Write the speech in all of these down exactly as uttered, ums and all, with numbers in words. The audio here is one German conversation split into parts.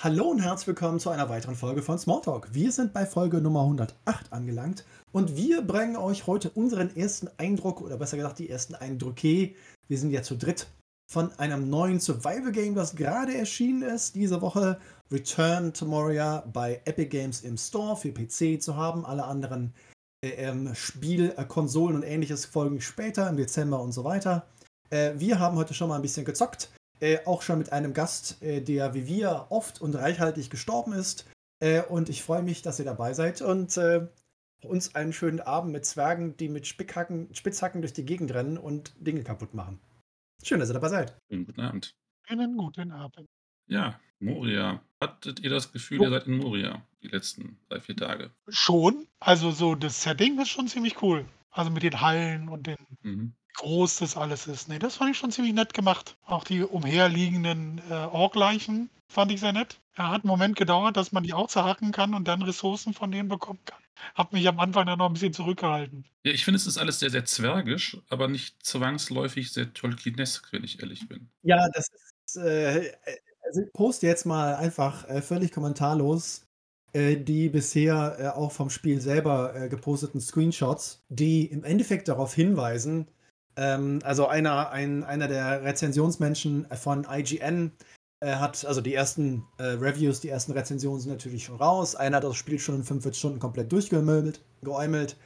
Hallo und herzlich willkommen zu einer weiteren Folge von Smalltalk. Wir sind bei Folge Nummer hundertacht angelangt und wir bringen euch heute unseren ersten Eindruck, oder besser gesagt die ersten Eindrücke, wir sind ja zu dritt, von einem neuen Survival-Game, das gerade erschienen ist, diese Woche. Return to Moria bei Epic Games im Store für P C zu haben. Alle anderen äh, ähm, Spiel, äh, Konsolen und ähnliches folgen später im Dezember und so weiter. Äh, wir haben heute schon mal ein bisschen gezockt. Äh, auch schon mit einem Gast, äh, der wie wir oft und reichhaltig gestorben ist. Äh, und ich freue mich, dass ihr dabei seid und äh, uns einen schönen Abend mit Zwergen, die mit Spickhacken, Spitzhacken durch die Gegend rennen und Dinge kaputt machen. Schön, dass ihr dabei seid. Schönen guten Abend. Einen guten Abend. Ja, Moria. Hattet ihr das Gefühl, Jo, ihr seid in Moria die letzten drei, vier Tage? schon. Also so das Setting ist schon ziemlich cool. Also mit den Hallen und den Mhm. groß das alles ist. Ne, das fand ich schon ziemlich nett gemacht. Auch die umherliegenden, äh, Orkleichen fand ich sehr nett. Ja, hat 'n Moment gedauert, dass man die auch zerhacken kann und dann Ressourcen von denen bekommen kann. Habe mich am Anfang dann noch 'n bisschen zurückgehalten. Ja, ich finde, es ist alles sehr, sehr zwergisch, aber nicht zwangsläufig sehr Tolkienesk, wenn ich ehrlich bin. Ja, das ist, äh, äh, also ich poste jetzt mal einfach äh, völlig kommentarlos äh, die bisher äh, auch vom Spiel selber äh, geposteten Screenshots, die im Endeffekt darauf hinweisen, ähm, also einer, ein, einer der Rezensionsmenschen von I G N äh, hat, also die ersten äh, Reviews, die ersten Rezensionen sind natürlich schon raus. Einer hat das Spiel schon in fünfundvierzig Stunden komplett durchgeäumelt, geäumelt.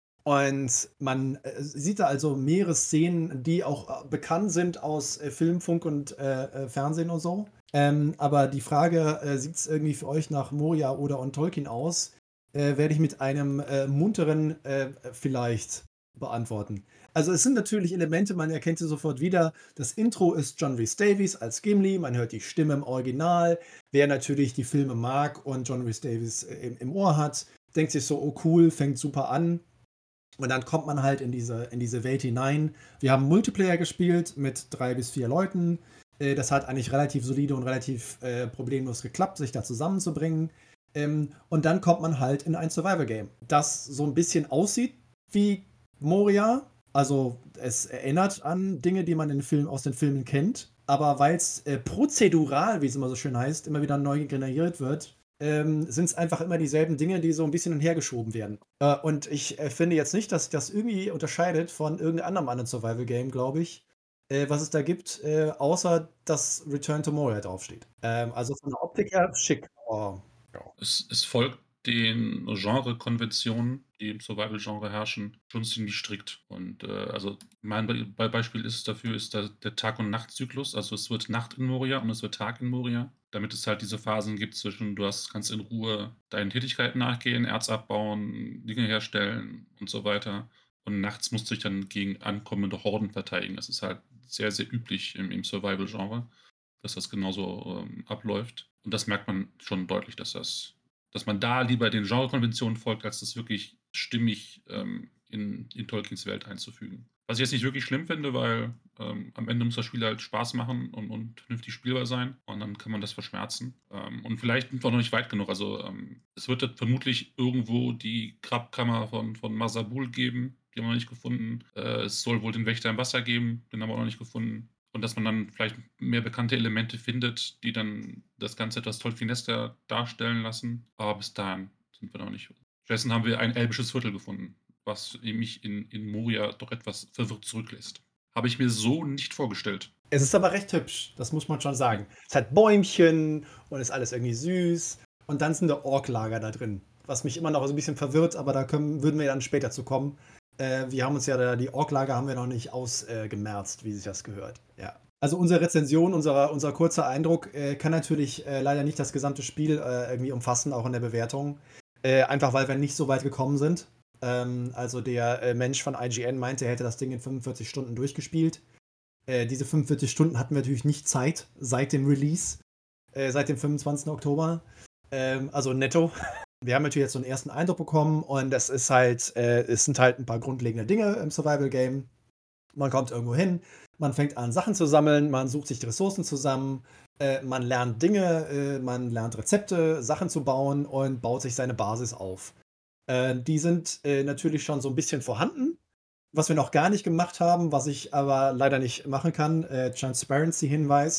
Und man äh, sieht da also mehrere Szenen, die auch äh, bekannt sind aus äh, Film, Funk und äh, äh, Fernsehen und so. Ähm, aber die Frage, äh, sieht es irgendwie für euch nach Moria oder on Tolkien aus, äh, werde ich mit einem äh, munteren äh, vielleicht beantworten. Also es sind natürlich Elemente, man erkennt sie sofort wieder. Das Intro ist John Rhys Davies als Gimli, man hört die Stimme im Original. Wer natürlich die Filme mag und John Rhys Davies äh, im, im Ohr hat, denkt sich so, oh cool, fängt super an. Und dann kommt man halt in diese, in diese Welt hinein. Wir haben Multiplayer gespielt mit drei bis vier Leuten. Äh, das hat eigentlich relativ solide und relativ äh, problemlos geklappt, sich da zusammenzubringen. Ähm, und dann kommt man halt in ein Survival-Game, das so ein bisschen aussieht wie Moria. Also es erinnert an Dinge, die man in Film, aus den Filmen kennt. Aber weil es äh, prozedural, wie es immer so schön heißt, immer wieder neu generiert wird, ähm, sind es einfach immer dieselben Dinge, die so ein bisschen hinhergeschoben werden. Äh, und ich äh, finde jetzt nicht, dass sich das irgendwie unterscheidet von irgendeinem anderen anderen Survival-Game, glaube ich, äh, was es da gibt, äh, außer dass Return to Moria draufsteht. Ähm, also von der Optik her schick. Oh, ja. Es, es folgt den Genre-Konventionen, die im Survival-Genre herrschen, schon ziemlich strikt. Und äh, also mein Be Be Beispiel ist dafür ist der, der Tag- und Nachtzyklus. Also es wird Nacht in Moria und es wird Tag in Moria, damit es halt diese Phasen gibt zwischen, du hast, kannst in Ruhe deinen Tätigkeiten nachgehen, Erz abbauen, Dinge herstellen und so weiter. Und nachts musst du dich dann gegen ankommende Horden verteidigen. Das ist halt sehr, sehr üblich im, im Survival-Genre, dass das genauso ähm, abläuft. Und das merkt man schon deutlich, dass das, dass man da lieber den Genrekonventionen folgt, als das wirklich stimmig ähm, in, in Tolkiens Welt einzufügen. Was ich jetzt nicht wirklich schlimm finde, weil ähm, am Ende muss das Spiel halt Spaß machen und, und vernünftig spielbar sein. Und dann kann man das verschmerzen. Ähm, und vielleicht sind wir noch nicht weit genug. Also ähm, es wird vermutlich irgendwo die Grabkammer von, von Masabul geben. Die haben wir noch nicht gefunden. Äh, es soll wohl den Wächter im Wasser geben. Den haben wir auch noch nicht gefunden. Und dass man dann vielleicht mehr bekannte Elemente findet, die dann das Ganze etwas Tolkienesker darstellen lassen. Aber bis dahin sind wir noch nicht. Stattdessen haben wir ein elbisches Viertel gefunden, was mich in, in Moria doch etwas verwirrt zurücklässt. Habe ich mir so nicht vorgestellt. Es ist aber recht hübsch, das muss man schon Ja. sagen. Es hat Bäumchen und ist alles irgendwie süß. Und dann sind da Orklager da drin, was mich immer noch so ein bisschen verwirrt, aber da können, würden wir dann später zu kommen. Äh, wir haben uns ja da, die Orklager haben wir noch nicht ausgemerzt, äh, wie sich das gehört. Ja. Also unsere Rezension, unser, unser kurzer Eindruck äh, kann natürlich äh, leider nicht das gesamte Spiel äh, irgendwie umfassen, auch in der Bewertung. Äh, einfach weil wir nicht so weit gekommen sind. Ähm, also der äh, Mensch von I G N meinte, er hätte das Ding in fünfundvierzig Stunden durchgespielt. Äh, diese fünfundvierzig Stunden hatten wir natürlich nicht Zeit seit dem Release, äh, seit dem fünfundzwanzigsten Oktober. Ähm, also netto. Wir haben natürlich jetzt so einen ersten Eindruck bekommen und das ist halt, äh, es sind halt ein paar grundlegende Dinge im Survival-Game. Man kommt irgendwo hin, man fängt an, Sachen zu sammeln, man sucht sich die Ressourcen zusammen, äh, man lernt Dinge, äh, man lernt Rezepte, Sachen zu bauen und baut sich seine Basis auf. Äh, die sind äh, natürlich schon so ein bisschen vorhanden. Was wir noch gar nicht gemacht haben, was ich aber leider nicht machen kann, äh, Transparency-Hinweis.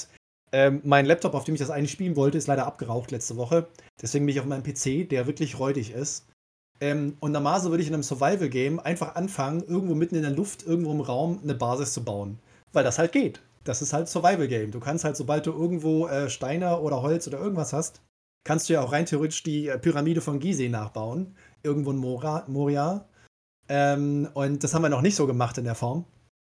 Ähm, mein Laptop, auf dem ich das eigentlich spielen wollte, ist leider abgeraucht letzte Woche. Deswegen bin ich auf meinem P C, der wirklich räudig ist. Ähm, und normalerweise würde ich in einem Survival-Game einfach anfangen, irgendwo mitten in der Luft, irgendwo im Raum eine Basis zu bauen. Weil das halt geht. Das ist halt Survival-Game. Du kannst halt, sobald du irgendwo äh, Steine oder Holz oder irgendwas hast, kannst du ja auch rein theoretisch die äh, Pyramide von Gizeh nachbauen. Irgendwo in Mora, Moria. Ähm, und das haben wir noch nicht so gemacht in der Form.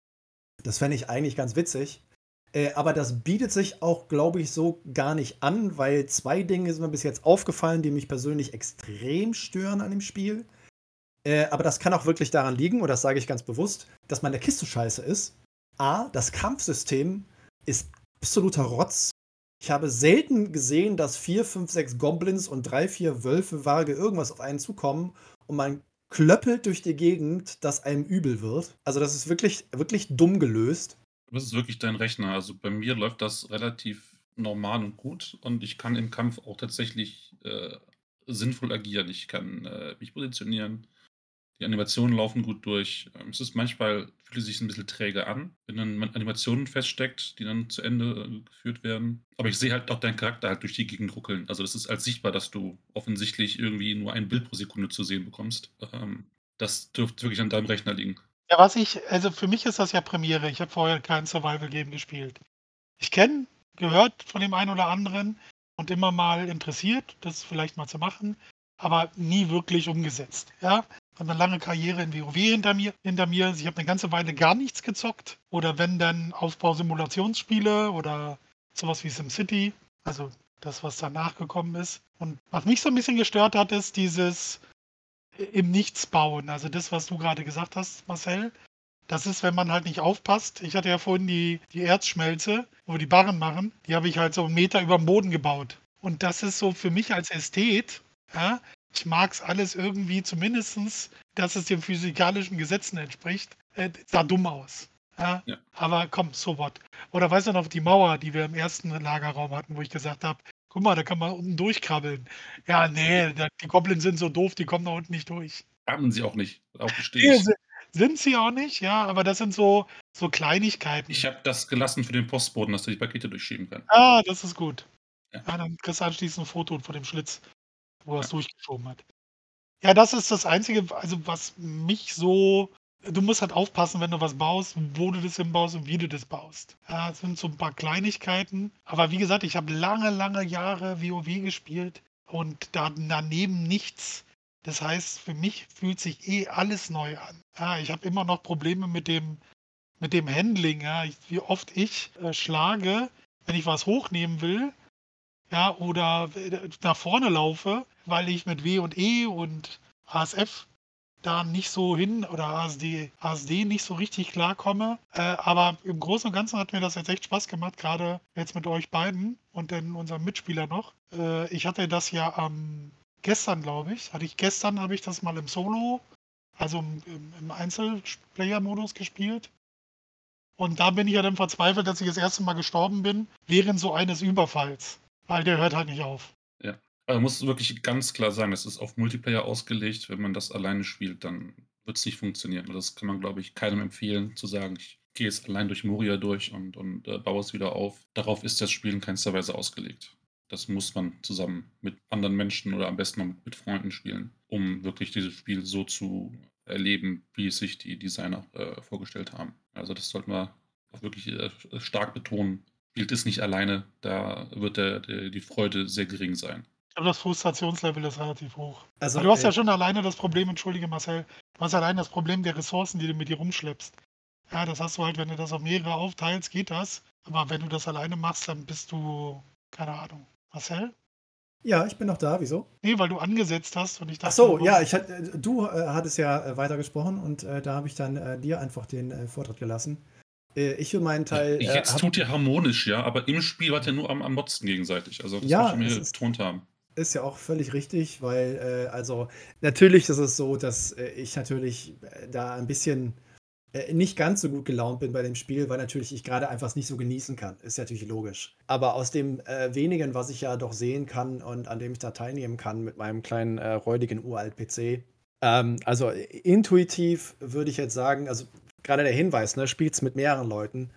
Das fände ich eigentlich ganz witzig. Äh, aber das bietet sich auch, glaube ich, so gar nicht an, weil zwei Dinge sind mir bis jetzt aufgefallen, die mich persönlich extrem stören an dem Spiel. Äh, aber das kann auch wirklich daran liegen, und das sage ich ganz bewusst, dass meine Kiste scheiße ist. A, das Kampfsystem ist absoluter Rotz. Ich habe selten gesehen, dass vier, fünf, sechs Goblins und drei, vier Wölfe vage irgendwas auf einen zukommen und man klöppelt durch die Gegend, dass einem übel wird. Also das ist wirklich, wirklich dumm gelöst. Das ist wirklich dein Rechner. Also bei mir läuft das relativ normal und gut und ich kann im Kampf auch tatsächlich äh, sinnvoll agieren. Ich kann äh, mich positionieren. Die Animationen laufen gut durch. Ähm, es ist manchmal, fühlt es sich ein bisschen träge an, wenn dann man Animationen feststeckt, die dann zu Ende äh, geführt werden. Aber ich sehe halt auch deinen Charakter halt durch die Gegend ruckeln. Also das ist als sichtbar, dass du offensichtlich irgendwie nur ein Bild pro Sekunde zu sehen bekommst. Ähm, das dürfte wirklich an deinem Rechner liegen. Ja, was ich also für mich ist das ja Premiere. Ich habe vorher kein Survival-Game gespielt. Ich kenne, gehört von dem einen oder anderen und immer mal interessiert, das vielleicht mal zu machen, aber nie wirklich umgesetzt. Ja, habe eine lange Karriere in WoW hinter mir. Hinter mir. Ich habe eine ganze Weile gar nichts gezockt oder wenn dann Aufbausimulationsspiele oder sowas wie SimCity, also das, was danach gekommen ist. Und was mich so ein bisschen gestört hat, ist dieses äh, im Nichts bauen. Also das, was du gerade gesagt hast, Marcel. Das ist, wenn man halt nicht aufpasst. Ich hatte ja vorhin die, die Erzschmelze, wo wir die Barren machen. Die habe ich halt so einen Meter über dem Boden gebaut. Und das ist so für mich als Ästhet, ja, ich mag es alles irgendwie zumindestens, dass es den physikalischen Gesetzen entspricht, äh, sah dumm aus. Ja, Ja. aber komm, so what. Oder weißt du noch, die Mauer, die wir im ersten Lagerraum hatten, wo ich gesagt habe, guck mal, da kann man unten durchkrabbeln. Ja, nee, da, die Goblins sind so doof, die kommen da unten nicht durch. Haben sie auch nicht. Auch gestehe Nee, ich. si sind sie auch nicht, ja, aber das sind so so Kleinigkeiten. Ich habe das gelassen für den Postboten, dass er die Pakete durchschieben kann. Ah, das ist gut. Ja. Ja, dann kriegst du anschließend 'n Foto von dem Schlitz, wo er's Ja. durchgeschoben hat. Ja, das ist das Einzige, also, was mich so du musst halt aufpassen, wenn du was baust, wo du das hinbaust und wie du das baust. Ja, es sind so 'n paar Kleinigkeiten, aber wie gesagt, ich habe lange, lange Jahre WoW gespielt und da daneben nichts. Das heißt, für mich fühlt sich eh alles neu an. Ja, ich habe immer noch Probleme mit dem mit dem Handling, ja, ich wie oft ich, äh, schlage, wenn ich was hochnehmen will, ja, oder w nach vorne laufe, weil ich mit W und E und H S F da nicht so hin oder H S D H S D nicht so richtig klarkomme. Äh, aber im Großen und Ganzen hat mir das jetzt echt Spaß gemacht, gerade jetzt mit euch beiden und dann unserem Mitspieler noch. Äh, ich hatte das ja am gestern, glaube ich hatte ich gestern habe ich das mal im Solo, also im im im Einzelplayer-Modus gespielt. Und da bin ich ja dann verzweifelt, dass ich das erste Mal gestorben bin, während so eines Überfalls, weil der hört halt nicht auf. Ja. Also, man muss wirklich ganz klar sagen, das ist auf Multiplayer ausgelegt. Wenn man das alleine spielt, dann wird's nicht funktionieren. Also, das kann man, glaube ich, keinem empfehlen, zu sagen: „Ich gehe jetzt allein durch Moria durch und und, äh, baue es wieder auf.“ Darauf ist das Spiel in keinster Weise ausgelegt. Das muss man zusammen mit anderen Menschen oder am besten noch mit mit Freunden spielen, um wirklich dieses Spiel so zu erleben, wie es sich die Designer, äh, vorgestellt haben. Also, das sollten wir auch wirklich, äh, stark betonen. Spielt es nicht alleine, da wird der der die Freude sehr gering sein. Ich glaube, das Frustrationslevel ist relativ hoch. Also, Aber du hast ja äh schon alleine das Problem entschuldige Marcel, du hast alleine das Problem der Ressourcen, die du mit dir rumschleppst. Ja, das hast du halt, wenn du das auf mehrere aufteilst, geht das. Aber wenn du das alleine machst, dann bist du keine Ahnung. Marcel? Ja, ich bin noch da. Wieso? Ne, weil du angesetzt hast und ich Ach dachte, so, du ja, wolltest ich hatte äh, du, äh, hattest ja, äh, weitergesprochen und, äh, da habe ich dann, äh, dir einfach den, äh, Vortritt gelassen. Äh, ich für meinen Teil, äh, Jetzt habe tut ihr harmonisch, ja, aber im Spiel wart ihr nur am am Motzen gegenseitig. Also, das möchte Ja, ich es mir ist betont haben. ist ja auch völlig richtig, weil, äh, also natürlich ist es so, dass, äh, ich natürlich, äh, da ein bisschen, äh, nicht ganz so gut gelaunt bin bei dem Spiel, weil natürlich ich gerade einfach es nicht so genießen kann. Ist ja natürlich logisch. Aber aus dem, äh, Wenigen, was ich ja doch sehen kann und an dem ich da teilnehmen kann mit meinem kleinen, äh, räudigen Uralt-P C, ähm, also i intuitiv würde ich jetzt sagen, also gerade der Hinweis, ne, spielt's mit mehreren Leuten.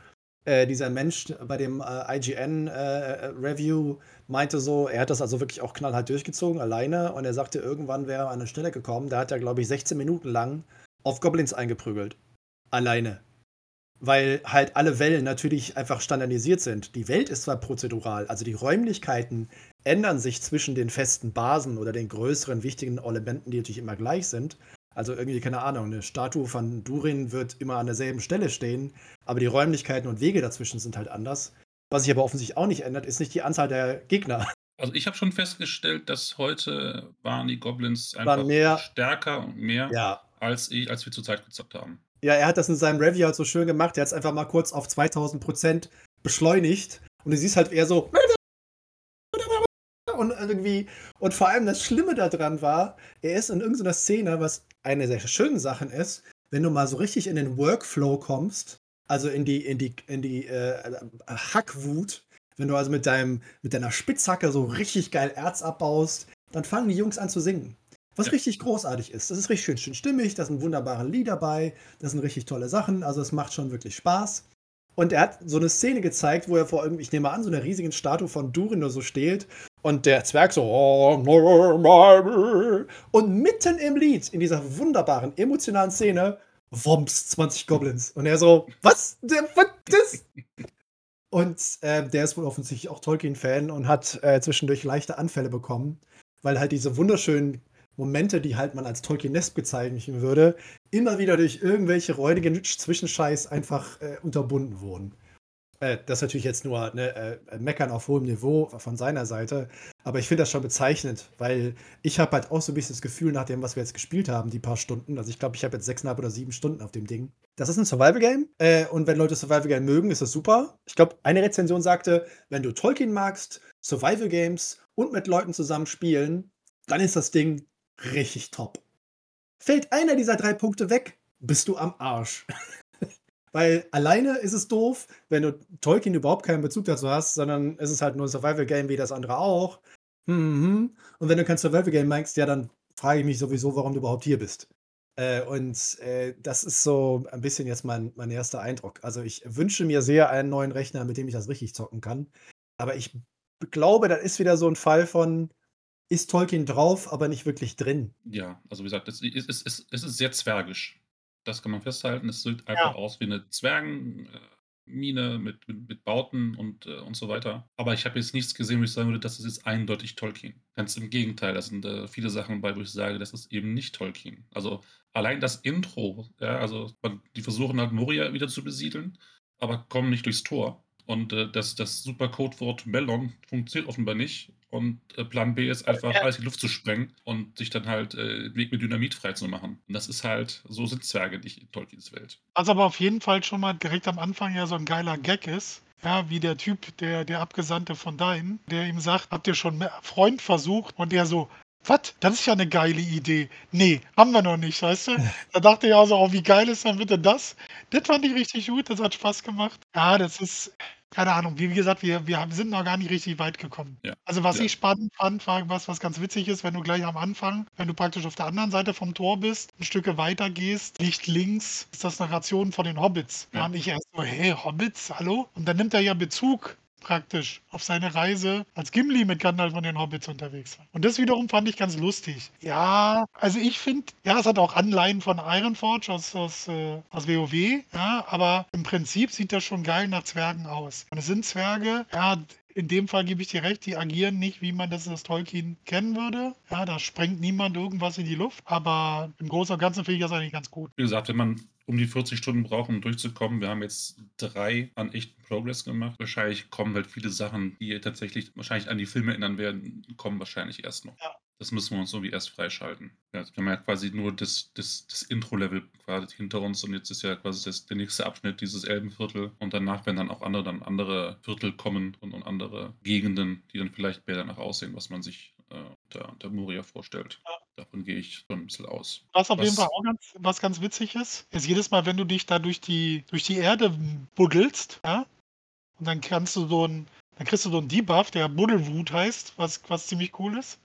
äh, dieser Mensch bei dem äh, I G N-Review meinte so, er hat das also wirklich auch knallhart durchgezogen, alleine. Und er sagte, irgendwann wäre er an eine Stelle gekommen, da hat er, glaube ich, sechzehn Minuten lang auf Goblins eingeprügelt. Alleine. Weil halt alle Wellen natürlich einfach standardisiert sind. Die Welt ist zwar prozedural, also die Räumlichkeiten ändern sich zwischen den festen Basen oder den größeren, wichtigen Elementen, die natürlich immer gleich sind. Also irgendwie, keine Ahnung, eine Statue von Durin wird immer an derselben Stelle stehen, aber die Räumlichkeiten und Wege dazwischen sind halt anders. Was sich aber offensichtlich auch nicht ändert, ist nicht die Anzahl der Gegner. Also ich habe schon festgestellt, dass heute waren die Goblins Waren einfach mehr, stärker und mehr, ja. als, ich, als wir zur Zeit gezockt haben. Ja, er hat das in seinem Review halt so schön gemacht. Er hat es einfach mal kurz auf zweitausend Prozent beschleunigt. Und du siehst halt eher so. Und irgendwie. Und vor allem das Schlimme daran war, er ist in irgendeiner Szene, was eine der schönen Sachen ist, wenn du mal so richtig in den Workflow kommst, also in die, in die, in die äh, Hackwut, wenn du also mit deinem, mit deiner Spitzhacke so richtig geil Erz abbaust, dann fangen die Jungs an zu singen. Was Ja. richtig großartig ist. Das ist richtig schön, schön stimmig, da sind wunderbare Lieder dabei, das sind richtig tolle Sachen, also es macht schon wirklich Spaß. Und er hat so eine Szene gezeigt, wo er vor irgendwie, ich nehme an, so einer riesigen Statue von Durin oder so steht und der Zwerg so und mitten im Lied, in dieser wunderbaren, emotionalen Szene, Wumps, zwanzig Goblins. Und er so, was? Der, was das? Und äh, der ist wohl offensichtlich auch Tolkien-Fan und hat äh, zwischendurch leichte Anfälle bekommen, weil halt diese wunderschönen Momente, die halt man als Tolkien-Nest bezeichnen würde, immer wieder durch irgendwelche räudigen Zwischenscheiß einfach äh, unterbunden wurden. Äh, das ist natürlich jetzt nur ne, äh, Meckern auf hohem Niveau von seiner Seite, aber ich finde das schon bezeichnend, weil ich habe halt auch so ein bisschen das Gefühl, nach dem, was wir jetzt gespielt haben, die paar Stunden, also ich glaube, ich habe jetzt sechseinhalb oder sieben Stunden auf dem Ding. Das ist ein Survival-Game äh, und wenn Leute Survival-Game mögen, ist das super. Ich glaube, eine Rezension sagte, wenn du Tolkien magst, Survival-Games und mit Leuten zusammen spielen, dann ist das Ding richtig top. Fällt einer dieser drei Punkte weg, bist du am Arsch. Weil alleine ist es doof, wenn du Tolkien überhaupt keinen Bezug dazu hast, sondern es ist halt nur ein Survival-Game wie das andere auch. Mhm. Und wenn du kein Survival-Game magst, ja, dann frage ich mich sowieso, warum du überhaupt hier bist. Äh, und äh, das ist so ein bisschen jetzt mein, mein erster Eindruck. Also ich wünsche mir sehr einen neuen Rechner, mit dem ich das richtig zocken kann. Aber ich glaube, das ist wieder so ein Fall von, ist Tolkien drauf, aber nicht wirklich drin. Ja, also wie gesagt, es ist, es ist, es ist sehr zwergisch. Das kann man festhalten. Es sieht Ja. einfach aus wie eine Zwergenmine mit, mit, mit Bauten und, äh, und so weiter. Aber ich habe jetzt nichts gesehen, wo ich sagen würde, das ist jetzt eindeutig Tolkien. Ganz im Gegenteil, da sind äh, viele Sachen bei, wo ich sage, das ist eben nicht Tolkien. Also allein das Intro, ja, also man, die versuchen halt Moria wieder zu besiedeln, aber kommen nicht durchs Tor. Und äh, das, das super Codewort Melon funktioniert offenbar nicht. Und äh, Plan B ist einfach, Ja. alles in die Luft zu sprengen und sich dann halt äh, den Weg mit Dynamit freizumachen. Und das ist halt, so sind Zwerge nicht in Tolkiens Welt. Was aber auf jeden Fall schon mal direkt am Anfang ja so ein geiler Gag ist, ja, wie der Typ, der, der Abgesandte von Dain, der ihm sagt, habt ihr schon mehr Freund versucht? Und der so, was? Das ist ja eine geile Idee. Nee, haben wir noch nicht, weißt du? Da dachte ich also, oh, wie geil ist dann bitte das? Das fand ich richtig gut, das hat Spaß gemacht. Ja, das ist, keine Ahnung, wie gesagt, wir, wir haben- sind noch gar nicht richtig weit gekommen. Ja. Also was Ja. ich spannend fand, war was, was ganz witzig ist, wenn du gleich am Anfang, wenn du praktisch auf der anderen Seite vom Tor bist, ein Stücke weiter gehst, liegt links, ist das eine Ration von den Hobbits. Ja. Ja. Und ich erst so, hey, Hobbits, hallo? Und dann nimmt er ja Bezug praktisch auf seine Reise, als Gimli mit Gandalf und den Hobbits unterwegs war. Und das wiederum fand ich ganz lustig. Ja, also ich finde, ja, es hat auch Anleihen von Ironforge aus, aus, äh, aus WoW, ja, aber im Prinzip sieht das schon geil nach Zwergen aus. Und es sind Zwerge, ja, in dem Fall gebe ich dir recht, die agieren nicht, wie man das aus Tolkien kennen würde. Ja, da sprengt niemand irgendwas in die Luft, aber im Großen und Ganzen finde ich das eigentlich ganz gut. Wie gesagt, wenn man um die vierzig Stunden braucht, um durchzukommen, wir haben jetzt drei an echten Progress gemacht. Wahrscheinlich kommen halt viele Sachen, die tatsächlich wahrscheinlich an die Filme erinnern werden, kommen wahrscheinlich erst noch. Ja. Das müssen wir uns irgendwie erst freischalten. Ja, wir haben ja quasi nur das, das, das Intro-Level quasi hinter uns und jetzt ist ja quasi das, der nächste Abschnitt, dieses Elbenviertel. Und danach werden dann auch andere, dann andere Viertel kommen und, und andere Gegenden, die dann vielleicht mehr danach aussehen, was man sich äh, unter, unter Moria vorstellt. Ja. Davon gehe ich schon ein bisschen aus. Was auf jeden Was- Fall auch ganz, was ganz witzig ist, ist jedes Mal, wenn du dich da durch die, durch die Erde buddelst, ja, und dann kannst du so ein, dann kriegst du so einen Debuff, der Buddelwut heißt, was, was ziemlich cool ist.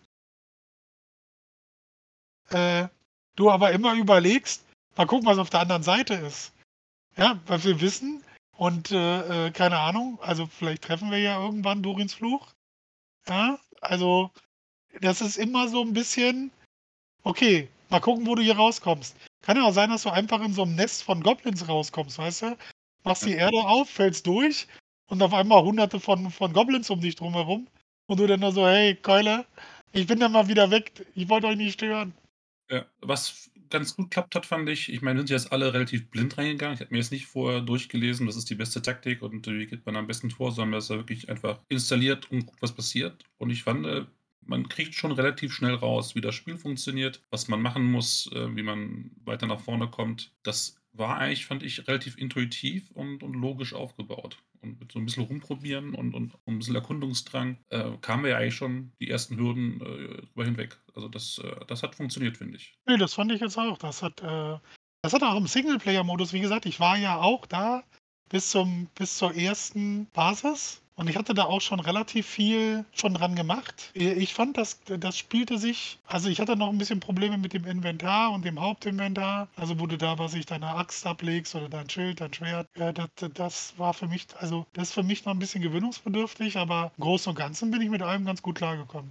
Äh, du aber immer überlegst, mal gucken, was auf der anderen Seite ist. Ja, weil wir wissen, Und äh, äh, keine Ahnung, also vielleicht treffen wir ja irgendwann Durins Fluch. Ja, also das ist immer so ein bisschen, okay, mal gucken, wo du hier rauskommst. Kann ja auch sein, dass du einfach in so einem Nest von Goblins rauskommst, weißt du? Machst Ja. die Erde auf, fällst durch und auf einmal hunderte von, von Goblins um dich drumherum. Und du dann nur so, hey, Keule, ich bin dann mal wieder weg. Ich wollte euch nicht stören. Ja, was ganz gut geklappt hat, fand ich, ich meine, wir sind jetzt alle relativ blind reingegangen. Ich habe mir jetzt nicht vorher durchgelesen, das ist die beste Taktik und äh, wie geht man am besten vor, sondern das ist wirklich einfach installiert und guckt, was passiert. Und ich fand, äh, man kriegt schon relativ schnell raus, wie das Spiel funktioniert, was man machen muss, äh, wie man weiter nach vorne kommt. Das war eigentlich, fand ich, relativ intuitiv und, und logisch aufgebaut. Und mit so ein bisschen rumprobieren und, und ein bisschen Erkundungsdrang äh, kamen wir ja eigentlich schon die ersten Hürden äh, drüber hinweg. Also das, äh, das hat funktioniert, finde ich. Nee, das fand ich jetzt auch. Das hat, äh, das hat auch im Singleplayer-Modus, wie gesagt, ich war ja auch da bis zum, bis zur ersten Basis und ich hatte da auch schon relativ viel schon dran gemacht. Äh, Ich fand, das, das spielte sich, also ich hatte noch ein bisschen Probleme mit dem Inventar und dem Hauptinventar, also wo du da, was ich, deine Axt ablegst oder dein Schild, dein Schwert, äh, das, das war für mich, also das ist für mich noch ein bisschen gewöhnungsbedürftig, aber im Großen und Ganzen bin ich mit allem ganz gut klargekommen.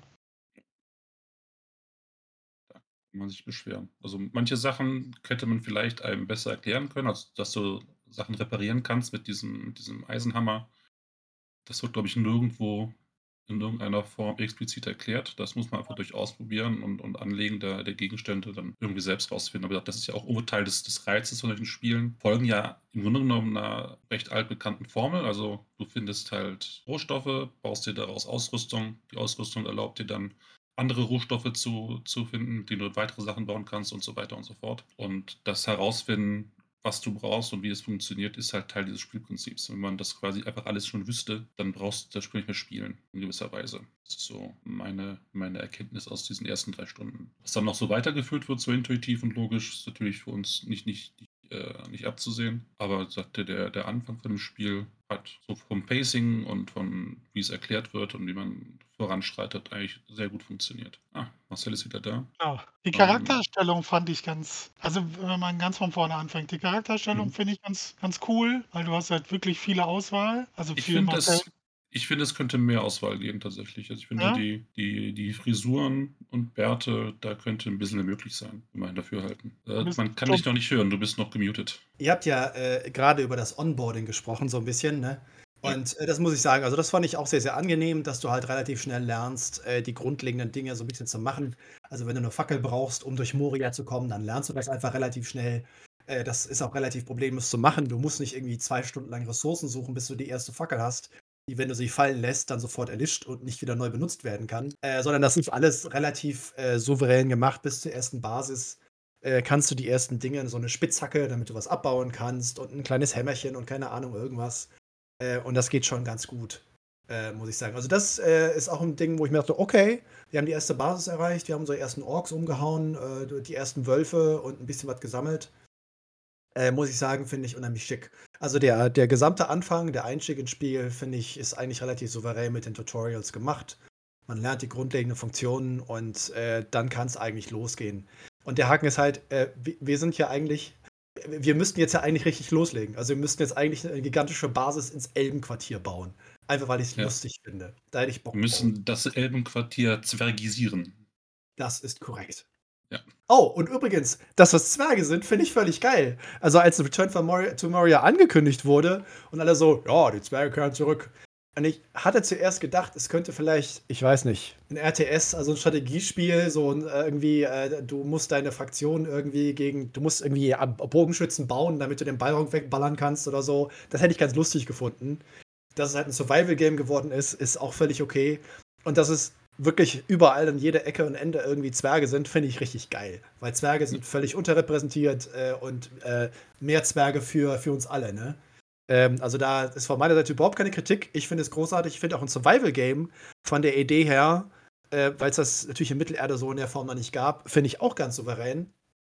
Da kann man sich beschweren. Also manche Sachen hätte man vielleicht einem besser erklären können, also dass du Sachen reparieren kannst mit diesem, mit diesem Eisenhammer. Das wird, glaube ich, nirgendwo in irgendeiner Form explizit erklärt. Das muss man einfach durch Ausprobieren und, und Anlegen der, der Gegenstände dann irgendwie selbst rausfinden. Aber das ist ja auch irgendwo Teil des, des Reizes von solchen Spielen. Folgen ja im Grunde genommen einer recht altbekannten Formel. Also du findest halt Rohstoffe, baust dir daraus Ausrüstung. Die Ausrüstung erlaubt dir dann andere Rohstoffe zu, zu finden, mit denen du weitere Sachen bauen kannst und so weiter und so fort. Und das Herausfinden, was du brauchst und wie es funktioniert, ist halt Teil dieses Spielprinzips. Wenn man das quasi einfach alles schon wüsste, dann brauchst du das Spiel nicht mehr spielen, in gewisser Weise. Das ist so meine, meine Erkenntnis aus diesen ersten drei Stunden. Was dann noch so weitergeführt wird, so intuitiv und logisch, ist natürlich für uns nicht, nicht, nicht, äh, nicht abzusehen. Aber sagte der, der Anfang von dem Spiel hat so vom Pacing und von wie es erklärt wird und wie man voranschreitet, eigentlich sehr gut funktioniert. Ah, Marcel ist wieder da. Ja, die Ähm, Charakterstellung fand ich ganz, also wenn man ganz von vorne anfängt, die Charakterstellung mhm. finde ich ganz, ganz cool, weil du hast halt wirklich viele Auswahl. Also Ich für finde Marcel, es ich finde, es könnte mehr Auswahl geben tatsächlich. Also, ich finde, ja, die die die Frisuren und Bärte, da könnte ein bisschen mehr möglich sein, für mein Dafürhalten. du Äh, bist man kann schon, dich noch nicht hören, du bist noch gemutet. Ihr habt ja äh, gerade über das Onboarding gesprochen, so ein bisschen, ne? Ja. Und äh, das muss ich sagen, also das fand ich auch sehr, sehr angenehm, dass du halt relativ schnell lernst, äh, die grundlegenden Dinge so ein bisschen zu machen. Also wenn du eine Fackel brauchst, um durch Moria zu kommen, dann lernst du das einfach relativ schnell. Äh, das ist auch relativ problemlos zu machen. Du musst nicht irgendwie zwei Stunden lang Ressourcen suchen, bis du die erste Fackel hast, die, wenn du sie fallen lässt, dann sofort erlischt und nicht wieder neu benutzt werden kann. Äh, sondern das ist alles relativ äh, souverän gemacht bis zur ersten Basis. Äh, kannst du die ersten Dinge, so eine Spitzhacke, damit du was abbauen kannst und ein kleines Hämmerchen und keine Ahnung, irgendwas. Äh, und das geht schon ganz gut, äh, muss ich sagen. Also das äh, ist auch ein Ding, wo ich mir dachte, okay, wir haben die erste Basis erreicht, wir haben unsere ersten Orks umgehauen, äh, die ersten Wölfe und ein bisschen was gesammelt. Äh, muss ich sagen, finde ich unheimlich schick. Also der, der gesamte Anfang, der Einstieg ins Spiel, finde ich, ist eigentlich relativ souverän mit den Tutorials gemacht. Man lernt die grundlegenden Funktionen und äh, dann kann es eigentlich losgehen. Und der Haken ist halt, äh, wir, wir sind ja eigentlich, wir müssten jetzt ja eigentlich richtig loslegen. Also wir müssten jetzt eigentlich eine gigantische Basis ins Elbenquartier bauen. Einfach weil ich es Ja. lustig finde. Da hätte ich Bock Wir drauf. müssen das Elbenquartier zwergisieren. Das ist korrekt. Ja. Oh, und übrigens, dass das Zwerge sind, finde ich völlig geil. Also als Return from Moria, to Moria angekündigt wurde und alle so, ja, die Zwerge kehren zurück. Und ich hatte zuerst gedacht, es könnte vielleicht, ich weiß nicht, ein R T S, also ein Strategiespiel, so ein, äh, irgendwie, äh, du musst deine Fraktion irgendwie gegen, du musst irgendwie am Bogenschützen bauen, damit du den Ballrock wegballern kannst oder so. Das hätte ich ganz lustig gefunden. Dass es halt ein Survival-Game geworden ist, ist auch völlig okay. Und dass es wirklich überall an jeder Ecke und Ende irgendwie Zwerge sind, finde ich richtig geil. Weil Zwerge sind völlig unterrepräsentiert äh, und äh, mehr Zwerge für, für uns alle, ne? Ähm, also da ist von meiner Seite überhaupt keine Kritik. Ich finde es großartig. Ich finde auch ein Survival-Game von der Idee her, äh, weil es das natürlich in Mittelerde so in der Form noch nicht gab, finde ich auch ganz souverän.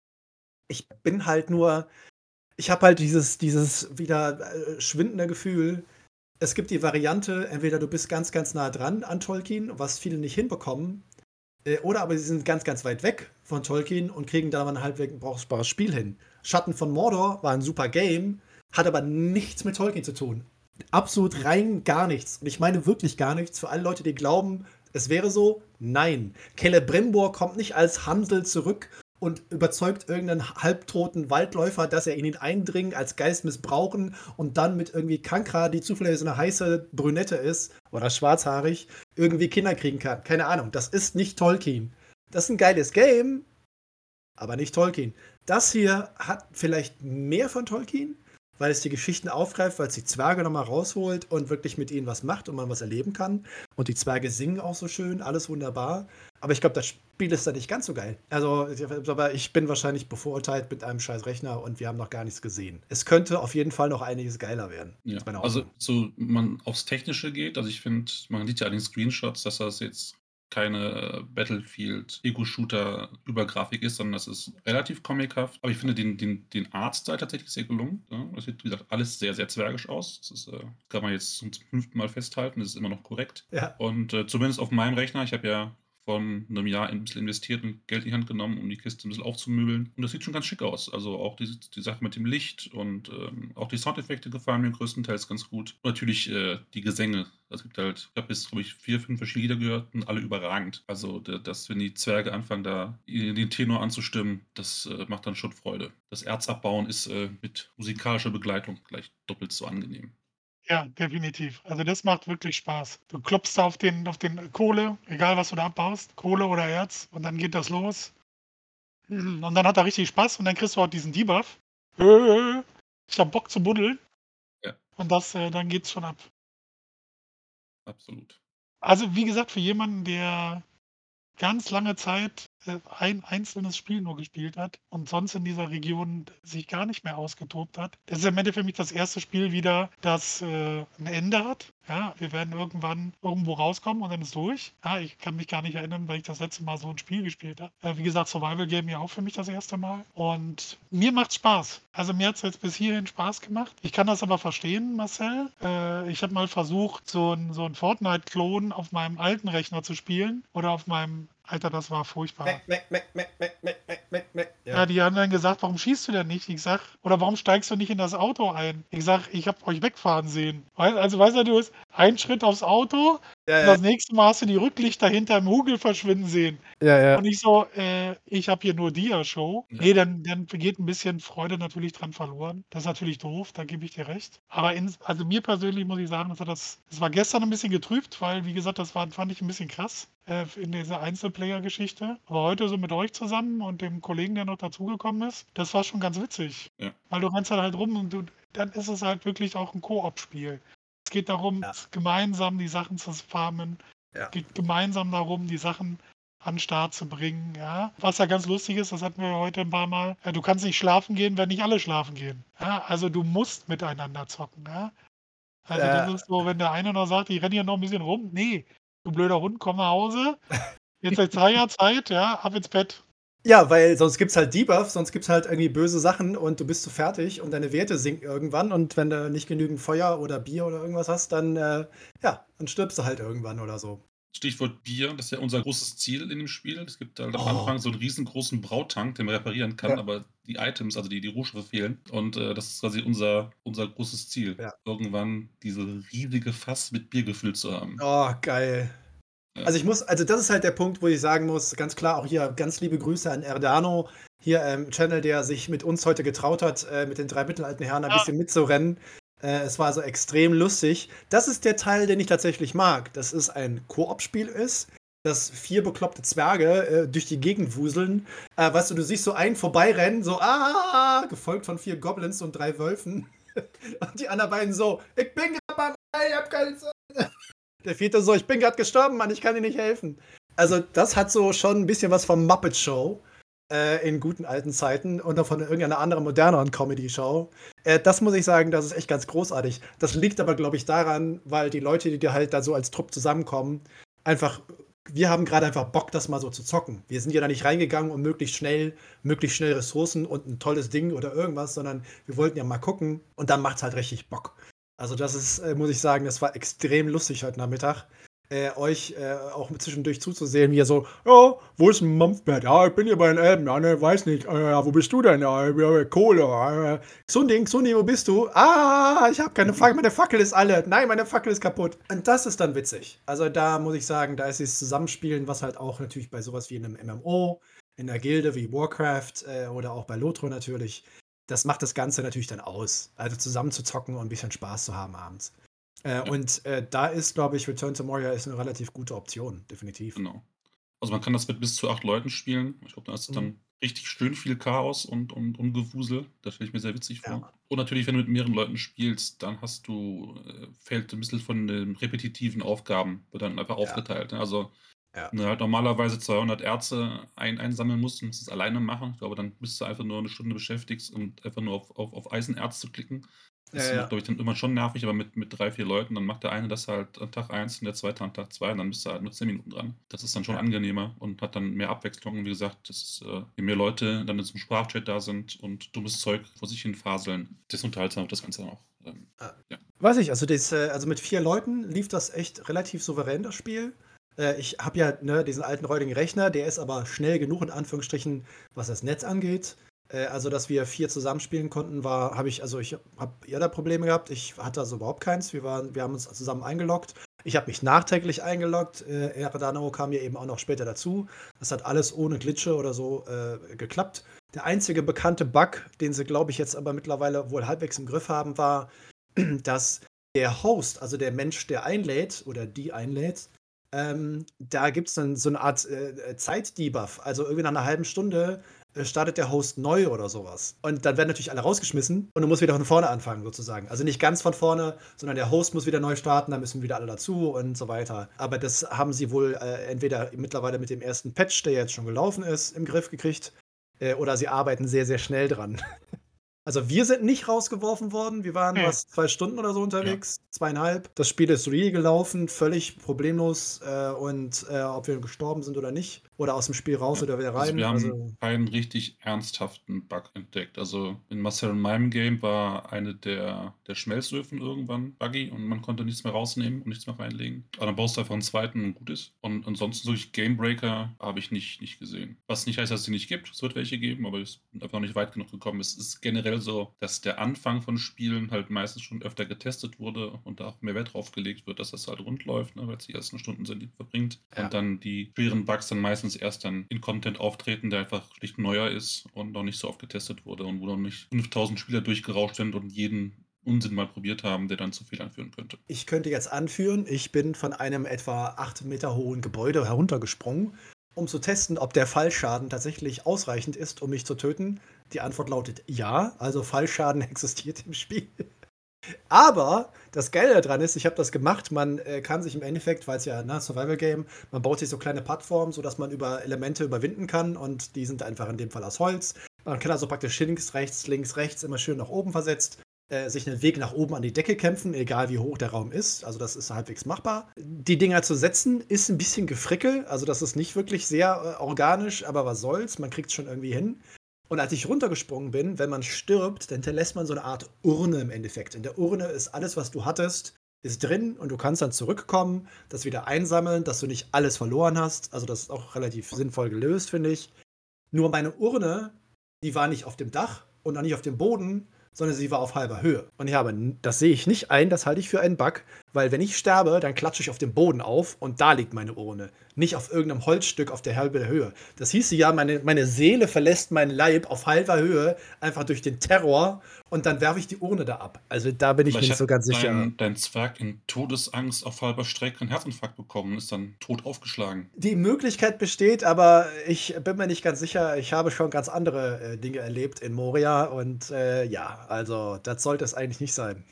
Ich bin halt nur, ich habe halt dieses, dieses wieder äh, schwindende Gefühl, es gibt die Variante, entweder du bist ganz, ganz nah dran an Tolkien, was viele nicht hinbekommen, äh, oder aber sie sind ganz, ganz weit weg von Tolkien und kriegen da mal ein halbwegs brauchbares Spiel hin. Schatten von Mordor war ein super Game, hat aber nichts mit Tolkien zu tun. Absolut rein gar nichts. Und ich meine wirklich gar nichts. Für alle Leute, die glauben, es wäre so, nein. Celebrimbor kommt nicht als Hansel zurück und überzeugt irgendeinen halbtoten Waldläufer, dass er in ihn eindringen, als Geist missbrauchen und dann mit irgendwie Kankra, die zufällig so eine heiße Brünette ist oder schwarzhaarig, irgendwie Kinder kriegen kann. Keine Ahnung. Das ist nicht Tolkien. Das ist ein geiles Game, aber nicht Tolkien. Das hier hat vielleicht mehr von Tolkien, weil es die Geschichten aufgreift, weil es die Zwerge nochmal rausholt und wirklich mit ihnen was macht und man was erleben kann. Und die Zwerge singen auch so schön, alles wunderbar. Aber ich glaube, das Spiel ist da nicht ganz so geil. Also, aber ich bin wahrscheinlich bevorurteilt mit einem scheiß Rechner und wir haben noch gar nichts gesehen. Es könnte auf jeden Fall noch einiges geiler werden. Ja, Das ist meine also Hoffnung. so man aufs Technische geht, also ich finde, man sieht ja an den Screenshots, dass das jetzt keine Battlefield-Ego-Shooter-Übergrafik ist, sondern das ist relativ comichaft. Aber ich finde den, den, den Artstyle tatsächlich sehr gelungen. Ja, das sieht, wie gesagt, alles sehr, sehr zwergisch aus. Das ist, äh, kann man jetzt zum fünften Mal festhalten, das ist immer noch korrekt. Ja. Und äh, zumindest auf meinem Rechner, ich habe ja vor einem Jahr ein bisschen investiert und Geld in die Hand genommen, um die Kiste ein bisschen aufzumöbeln. Und das sieht schon ganz schick aus. Also auch die, die Sache mit dem Licht und ähm, auch die Soundeffekte gefallen mir größtenteils ganz gut. Und natürlich äh, die Gesänge. Es gibt halt, ich habe jetzt, glaube ich, vier, fünf verschiedene Lieder gehört und alle überragend. Also der- das, wenn die Zwerge anfangen, da den Tenor anzustimmen, das äh, macht dann schon Freude. Das Erzabbauen ist äh, mit musikalischer Begleitung gleich doppelt so angenehm. Ja, definitiv. Also das macht wirklich Spaß. Du klopfst da auf den, auf den Kohle, egal was du da abbaust, Kohle oder Erz, und dann geht das los. Und dann hat er richtig Spaß und dann kriegst du auch diesen Debuff. Äh, Ich hab Bock zu buddeln. Ja. Und das, äh, dann geht's schon ab. Absolut. Also wie gesagt, für jemanden, der ganz lange Zeit äh, ein einzelnes Spiel nur gespielt hat und sonst in dieser Region sich gar nicht mehr ausgetobt hat. Das ist im Endeffekt für mich das erste Spiel wieder, das äh, ein Ende hat. Ja, wir werden irgendwann irgendwo rauskommen und dann ist durch. Ja, ich kann mich gar nicht erinnern, weil ich das letzte Mal so ein Spiel gespielt habe. Äh, wie gesagt, Survival Game ja auch für mich das erste Mal. Und mir macht's Spaß. Also mir hat es jetzt bis hierhin Spaß gemacht. Ich kann das aber verstehen, Marcel. Äh, ich habe mal versucht, so ein, so ein Fortnite-Klon auf meinem alten Rechner zu spielen oder auf meinem Alter, das war furchtbar. Meck, meck, meck, meck, meck, meck, meck, meck, meck. Ja, Ja. die haben dann gesagt, warum schießt du denn nicht? Ich sag, oder warum steigst du nicht in das Auto ein? Ich sag, ich hab euch wegfahren sehen. Wei- Also weißt du, du hast einen Schritt aufs Auto Ja, und ja, das nächste Mal hast du die Rücklichter hinterm Hügel verschwinden sehen. ja, ja. Und ich so, äh, ich habe hier nur Dia-Show. Ja. Nee, dann, dann geht ein bisschen Freude natürlich dran verloren. Das ist natürlich doof, da gebe ich dir recht. Aber ins, also mir persönlich muss ich sagen, das, hat das, das war gestern ein bisschen getrübt, weil, wie gesagt, das war, fand ich ein bisschen krass äh, in dieser Einzelplayer-Geschichte. Aber heute so mit euch zusammen und dem Kollegen, der noch dazugekommen ist, das war schon ganz witzig. Ja. Weil du rennst dann halt rum und du, dann ist es halt wirklich auch ein Koop-Spiel. Es geht darum, Ja. gemeinsam die Sachen zu farmen. Ja. Es geht gemeinsam darum, die Sachen an den Start zu bringen. Ja. Was ja ganz lustig ist, das hatten wir heute ein paar Mal, ja, du kannst nicht schlafen gehen, wenn nicht alle schlafen gehen. Ja. Also du musst miteinander zocken. Ja. Also Ja. das ist so, wenn der eine noch sagt, ich renne hier noch ein bisschen rum. Nee, du blöder Hund, komm nach Hause. Jetzt ist Zeit, ja, ab ins Bett. Ja, weil sonst gibt's halt Debuff, sonst gibt's halt irgendwie böse Sachen und du bist zu fertig und deine Werte sinken irgendwann und wenn du nicht genügend Feuer oder Bier oder irgendwas hast, dann, äh, ja, dann stirbst du halt irgendwann oder so. Stichwort Bier, das ist ja unser großes Ziel in dem Spiel. Es gibt halt am Oh. Anfang so einen riesengroßen Brautank, den man reparieren kann, Ja. aber die Items, also die, die Rohstoffe fehlen. Und äh, das ist quasi unser, unser großes Ziel, Ja. irgendwann diese riesige Fass mit Bier gefüllt zu haben. Oh, geil. Ja. Also ich muss, also das ist halt der Punkt, wo ich sagen muss, ganz klar auch hier ganz liebe Grüße an Erdano, hier im Channel, der sich mit uns heute getraut hat, äh, mit den drei mittelalten Herren ein Ja. bisschen mitzurennen. Äh, es war also extrem lustig. Das ist der Teil, den ich tatsächlich mag, dass es ein Koop-Spiel ist, dass vier bekloppte Zwerge äh, durch die Gegend wuseln. Äh, weißt du, du siehst so einen vorbeirennen, so ah, gefolgt von vier Goblins und drei Wölfen. Und die anderen beiden so, ich bin gerade beim, ich hab keine Zeit. Der vierte so, ich bin gerade gestorben, Mann, ich kann dir nicht helfen. Also das hat so schon ein bisschen was vom Muppet Show äh, in guten alten Zeiten und auch von irgendeiner anderen moderneren Comedy-Show. Äh, das muss ich sagen, das ist echt ganz großartig. Das liegt aber, glaube ich, daran, weil die Leute, die da halt da so als Trupp zusammenkommen, einfach, wir haben gerade einfach Bock, das mal so zu zocken. Wir sind ja da nicht reingegangen, um möglichst schnell, möglichst schnell Ressourcen und ein tolles Ding oder irgendwas, sondern wir wollten ja mal gucken und dann macht's halt richtig Bock. Also das ist, äh, muss ich sagen, das war extrem lustig heute Nachmittag. äh, euch äh, auch zwischendurch zuzusehen, wie ihr so, ja, wo ist ein Mampfbert? Ja, ich bin hier bei den Elben. Ja, ne, weiß nicht. Äh, ja, wo bist du denn? Ja, ja, Kohle. Äh, Xunding, Xunding, wo bist du? Ah, ich habe keine Fackel, meine Fackel ist alle. Nein, meine Fackel ist kaputt. Und das ist dann witzig. Also da muss ich sagen, da ist dieses Zusammenspielen, was halt auch natürlich bei sowas wie einem M M O, in einer Gilde wie Warcraft äh, oder auch bei Lotro natürlich, das macht das Ganze natürlich dann aus. Also zusammen zu zocken und ein bisschen Spaß zu haben abends. Äh, Ja, und äh, da ist, glaube ich, Return to Moria ist eine relativ gute Option, definitiv. genau. Also man kann das mit bis zu acht Leuten spielen. Ich glaube, da ist Mhm. dann richtig schön viel Chaos und, und, und Gewusel. Das stelle ich mir sehr witzig vor. Ja. Und natürlich, wenn du mit mehreren Leuten spielst, dann hast du, äh, fällt ein bisschen von den repetitiven Aufgaben, wird dann einfach Ja. aufgeteilt. Ne? Also Ja. wenn du halt normalerweise zweihundert Erze ein, einsammeln musst und musst es alleine machen, ich glaube, dann bist du einfach nur eine Stunde beschäftigt und einfach nur auf, auf, auf Eisenerz zu klicken. Das Ja, wird, ja. glaube ich, dann immer schon nervig, aber mit, mit drei, vier Leuten, dann macht der eine das halt an Tag eins und der zweite an Tag zwei und dann bist du halt nur zehn Minuten dran. Das ist dann schon Ja. angenehmer und hat dann mehr Abwechslung. Und wie gesagt, das ist, äh, je mehr Leute dann in so einem Sprachchat da sind und dummes Zeug vor sich hin faseln, desto unterhaltsamer wird das Ganze dann auch. Ähm, Ah. ja. Weiß ich, also, das, äh, also mit vier Leuten lief das echt relativ souverän, das Spiel. Äh, ich habe ja ne, diesen alten räudigen Rechner, der ist aber schnell genug, in Anführungsstrichen, was das Netz angeht. Äh, also, dass wir vier zusammenspielen konnten, war, habe ich, also ich habe ja da Probleme gehabt. Ich hatte also überhaupt keins. Wir, waren, wir haben uns zusammen eingeloggt. Ich habe mich nachträglich eingeloggt. Äh, Eredano kam ja eben auch noch später dazu. Das hat alles ohne Glitche oder so äh, geklappt. Der einzige bekannte Bug, den sie, glaube ich, jetzt aber mittlerweile wohl halbwegs im Griff haben, war, dass der Host, also der Mensch, der einlädt oder die einlädt, ähm, da gibt es dann so eine Art äh, Zeit-Debuff. Also irgendwie nach einer halben Stunde äh, startet der Host neu oder sowas. Und dann werden natürlich alle rausgeschmissen und du musst wieder von vorne anfangen, sozusagen. Also nicht ganz von vorne, sondern der Host muss wieder neu starten, dann müssen wieder alle dazu und so weiter. Aber das haben sie wohl äh, entweder mittlerweile mit dem ersten Patch, der jetzt schon gelaufen ist, im Griff gekriegt, äh, oder sie arbeiten sehr, sehr schnell dran. Also wir sind nicht rausgeworfen worden. Wir waren Nee. was, zwei Stunden oder so unterwegs, zweieinhalb. Das Spiel ist real gelaufen, völlig problemlos. Äh, und äh, ob wir gestorben sind oder nicht, oder aus dem Spiel raus Ja. oder wieder Also rein. wir haben Also, keinen richtig ernsthaften Bug entdeckt. Also in Marcel in meinem Game war eine der, der Schmelzöfen irgendwann buggy und man konnte nichts mehr rausnehmen und nichts mehr reinlegen. Aber dann baust du einfach einen zweiten und gut ist. Und ansonsten durch Gamebreaker habe ich nicht, nicht gesehen. Was nicht heißt, dass es die nicht gibt. Es wird welche geben, aber es sind einfach noch nicht weit genug gekommen. Es ist generell so, dass der Anfang von Spielen halt meistens schon öfter getestet wurde und da auch mehr Wert drauf gelegt wird, dass das halt rund läuft, ne, weil es die ersten Stunden sind, die man verbringt. Ja. Und dann die schweren Bugs dann meistens erst dann in Content auftreten, der einfach schlicht neuer ist und noch nicht so oft getestet wurde und wo noch nicht fünftausend Spieler durchgerauscht sind und jeden Unsinn mal probiert haben, der dann zu Fehlern führen könnte. ich könnte jetzt anführen, ich bin von einem etwa acht Meter hohen Gebäude heruntergesprungen, um zu testen, ob der Fallschaden tatsächlich ausreichend ist, um mich zu töten. Die Antwort lautet ja, also Fallschaden existiert im Spiel. Aber das Geile daran ist, ich habe das gemacht, man äh, kann sich im Endeffekt, weil es ja ein Survival-Game, man baut sich so kleine Plattformen, sodass man über Elemente überwinden kann und die sind einfach in dem Fall aus Holz. Man kann also praktisch links, rechts, links, rechts immer schön nach oben versetzt, äh, sich einen Weg nach oben an die Decke kämpfen, egal wie hoch der Raum ist. Also das ist halbwegs machbar. Die Dinger zu setzen ist ein bisschen Gefrickel, also das ist nicht wirklich sehr äh, organisch, aber was soll's, man kriegt es schon irgendwie hin. Und als ich runtergesprungen bin, wenn man stirbt, dann hinterlässt man so eine Art Urne im Endeffekt. In der Urne ist alles, was du hattest, ist drin und du kannst dann zurückkommen, das wieder einsammeln, dass du nicht alles verloren hast. Also das ist auch relativ sinnvoll gelöst, finde ich. Nur meine Urne, die war nicht auf dem Dach und auch nicht auf dem Boden, sondern sie war auf halber Höhe. Und ich habe, das sehe ich nicht ein, das halte ich für einen Bug, weil wenn ich sterbe, dann klatsche ich auf dem Boden auf und da liegt meine Urne. Nicht auf irgendeinem Holzstück auf der halben Höhe. Das hieße ja, meine, meine Seele verlässt meinen Leib auf halber Höhe, einfach durch den Terror und dann werfe ich die Urne da ab. Also da bin ich mir Vielleicht nicht so hat ganz sicher. dein, dein Zwerg in Todesangst auf halber Strecke einen Herzinfarkt bekommen und ist dann tot aufgeschlagen. Die Möglichkeit besteht, aber ich bin mir nicht ganz sicher. Ich habe schon ganz andere äh, Dinge erlebt in Moria und äh, ja, also das sollte es eigentlich nicht sein.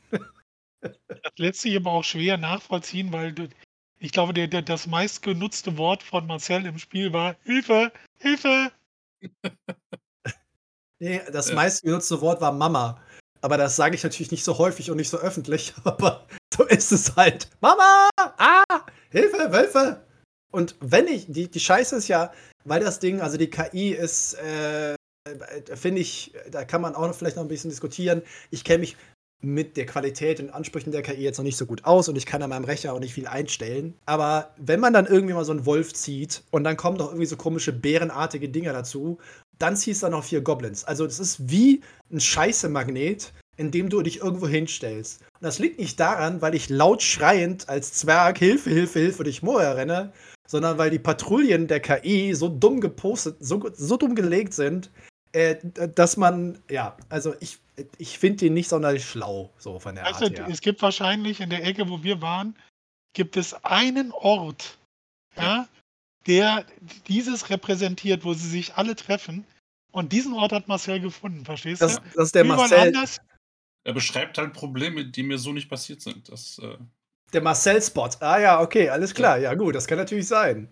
Das lässt sich aber auch schwer nachvollziehen, weil du, ich glaube, der, der, das meistgenutzte Wort von Marcel im Spiel war Hilfe, Hilfe. Nee, das Ja. meistgenutzte Wort war Mama. Aber das sage ich natürlich nicht so häufig und nicht so öffentlich, aber so ist es halt. Mama! Ah! Hilfe, Wölfe! Und wenn ich, die, die Scheiße ist ja, weil das Ding, also die K I ist, äh, finde ich, da kann man auch noch vielleicht noch ein bisschen diskutieren. Ich kenne mich mit der Qualität und Ansprüchen der K I jetzt noch nicht so gut aus und ich kann an meinem Rechner auch nicht viel einstellen. Aber wenn man dann irgendwie mal so einen Wolf zieht und dann kommen doch irgendwie so komische bärenartige Dinger dazu, dann ziehst du dann noch vier Goblins. Also das ist wie ein Scheiße-Magnet, in dem du dich irgendwo hinstellst. Und das liegt nicht daran, weil ich laut schreiend als Zwerg Hilfe, Hilfe, Hilfe durch Moria renne, sondern weil die Patrouillen der K I so dumm gepostet, so, so dumm gelegt sind, äh, dass man, ja, also ich, ich finde den nicht sonderlich schlau, so von der Weißt Art du, her. es gibt wahrscheinlich in der Ecke, wo wir waren, gibt es einen Ort, Ja. ja, der dieses repräsentiert, wo sie sich alle treffen. Und diesen Ort hat Marcel gefunden, verstehst Das, du? das ist der Überall Marcel, anders. Er beschreibt halt Probleme, die mir so nicht passiert sind. Das, äh, der Marcel-Spot. Ah ja, okay, alles klar. Ja gut, das kann natürlich sein.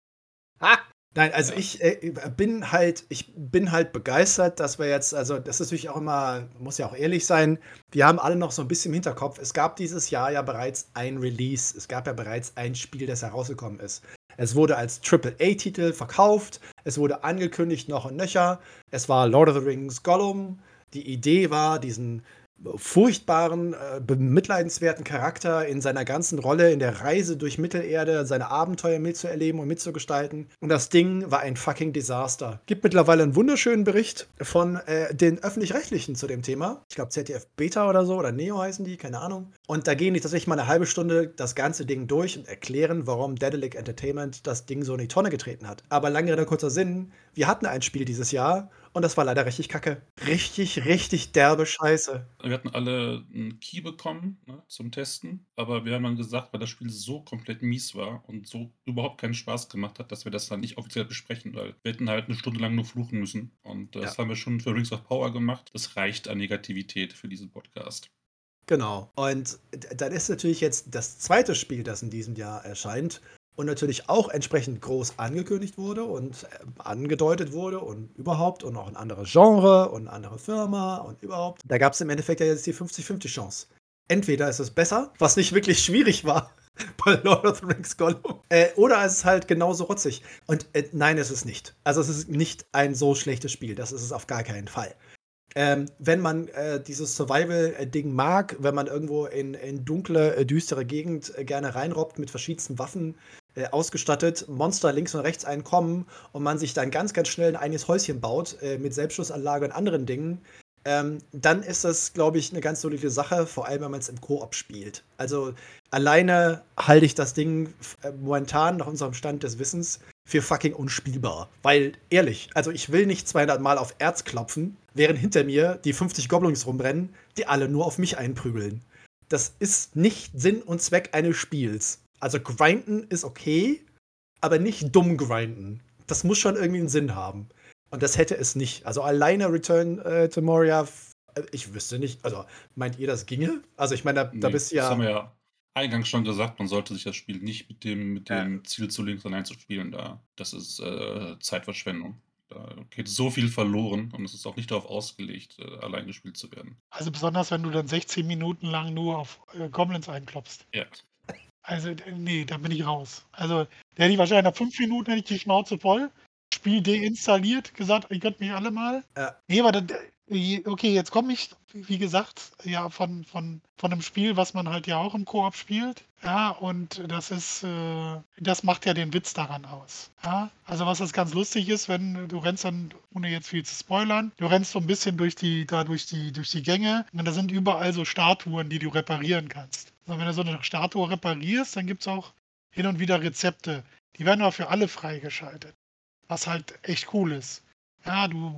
Ah! Nein, also Ja. ich äh, bin halt, ich bin halt begeistert, dass wir jetzt, also das ist natürlich auch immer, muss ja auch ehrlich sein, wir haben alle noch so ein bisschen im Hinterkopf, es gab dieses Jahr ja bereits ein Release, es gab ja bereits ein Spiel, das herausgekommen ist. Es wurde als Triple A Titel verkauft, es wurde angekündigt noch und nöcher, es war Lord of the Rings Gollum, die Idee war, diesen furchtbaren, äh, bemitleidenswerten Charakter in seiner ganzen Rolle in der Reise durch Mittelerde, seine Abenteuer mitzuerleben und mitzugestalten. Und das Ding war ein fucking Desaster. Gibt mittlerweile einen wunderschönen Bericht von äh, den Öffentlich-Rechtlichen zu dem Thema. Ich glaube Z D F Beta oder so, oder Neo heißen die, keine Ahnung. Und da gehen die tatsächlich mal eine halbe Stunde das ganze Ding durch und erklären, warum Daedalic Entertainment das Ding so in die Tonne getreten hat. Aber lange Rede, kurzer Sinn, wir hatten ein Spiel dieses Jahr und das war leider richtig kacke. Richtig, richtig derbe Scheiße. Wir hatten alle einen Key bekommen, ne, zum Testen, aber wir haben dann gesagt, weil das Spiel so komplett mies war und so überhaupt keinen Spaß gemacht hat, dass wir das dann nicht offiziell besprechen, weil wir hätten halt eine Stunde lang nur fluchen müssen. Und das Ja. haben wir schon für Rings of Power gemacht. Das reicht an Negativität für diesen Podcast. Genau. Und d- dann ist natürlich jetzt das zweite Spiel, das in diesem Jahr erscheint und natürlich auch entsprechend groß angekündigt wurde und äh, angedeutet wurde und überhaupt und auch ein anderes Genre und eine andere Firma und überhaupt. Da gab es im Endeffekt ja jetzt die fünfzig fünfzig Chance. Entweder ist es besser, was nicht wirklich schwierig war bei Lord of the Rings Gollum, äh, oder es ist halt genauso rotzig. Und äh, nein, es ist nicht. Also es ist nicht ein so schlechtes Spiel. Das ist es auf gar keinen Fall. Ähm, wenn man äh, dieses Survival-Ding mag, wenn man irgendwo in, in dunkle, äh, düstere Gegend äh, gerne reinrobbt, mit verschiedensten Waffen äh, ausgestattet, Monster links und rechts einkommen und man sich dann ganz, ganz schnell ein eigenes Häuschen baut, äh, mit Selbstschussanlage und anderen Dingen, ähm, dann ist das, glaube ich, eine ganz solide Sache, vor allem, wenn man es im Koop spielt. Also alleine halte ich das Ding f- äh, momentan nach unserem Stand des Wissens für fucking unspielbar. Weil, ehrlich, also ich will nicht zweihundert Mal auf Erz klopfen, während hinter mir die fünfzig Goblins rumrennen, die alle nur auf mich einprügeln. Das ist nicht Sinn und Zweck eines Spiels. Also grinden ist okay, aber nicht dumm grinden. Das muss schon irgendwie einen Sinn haben. Und das hätte es nicht. Also alleine Return äh, to Moria, f- äh, ich wüsste nicht. Also meint ihr, das ginge? Also ich meine, da, da Nee, bist du das haben ja. wir ja eingangs schon gesagt, man sollte sich das Spiel nicht mit dem, mit Ja. dem Ziel zu links allein zu spielen. Da, das ist äh, Zeitverschwendung. Da geht so viel verloren und es ist auch nicht darauf ausgelegt, äh, allein gespielt zu werden. Also besonders, wenn du dann sechzehn Minuten lang nur auf äh, Goblins einklopfst. Ja. Also, äh, nee, da bin ich raus. Also, da hätte ich wahrscheinlich nach fünf Minuten hätte ich die Schnauze voll, Spiel deinstalliert, gesagt, ihr könnt mich alle mal. Ja. Nee, aber dann, äh, okay, jetzt komme ich, wie gesagt, ja, von, von, von einem Spiel, was man halt ja auch im Koop spielt. Ja, und das ist, äh, das macht ja den Witz daran aus. Ja, also was das ganz lustig ist, wenn du rennst dann, ohne jetzt viel zu spoilern, du rennst so ein bisschen durch die, da durch die, durch die Gänge und da sind überall so Statuen, die du reparieren kannst. Also wenn du so eine Statue reparierst, dann gibt es auch hin und wieder Rezepte. Die werden aber für alle freigeschaltet. Was halt echt cool ist. Ja, du,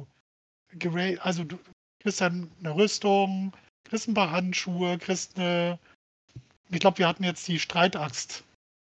gera- also du kriegst dann eine Rüstung, kriegst ein paar Handschuhe, kriegst eine, ich glaube, wir hatten jetzt die Streitaxt,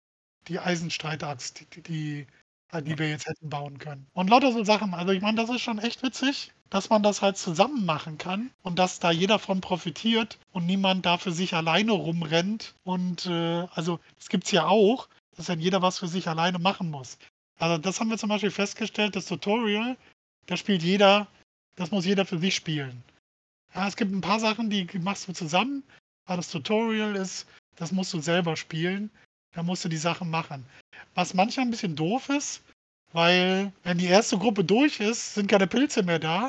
die Eisenstreitaxt, die, die, die wir jetzt hätten bauen können. Und lauter so Sachen. Also ich meine, das ist schon echt witzig, dass man das halt zusammen machen kann und dass da jeder von profitiert und niemand da für sich alleine rumrennt. Und äh, also es gibt es ja auch, dass dann jeder was für sich alleine machen muss. Also das haben wir zum Beispiel festgestellt, das Tutorial, da spielt jeder, das muss jeder für sich spielen. Ja, es gibt ein paar Sachen, die machst du zusammen, aber das Tutorial ist, das musst du selber spielen. Da musst du die Sachen machen. Was manchmal ein bisschen doof ist, weil wenn die erste Gruppe durch ist, sind keine Pilze mehr da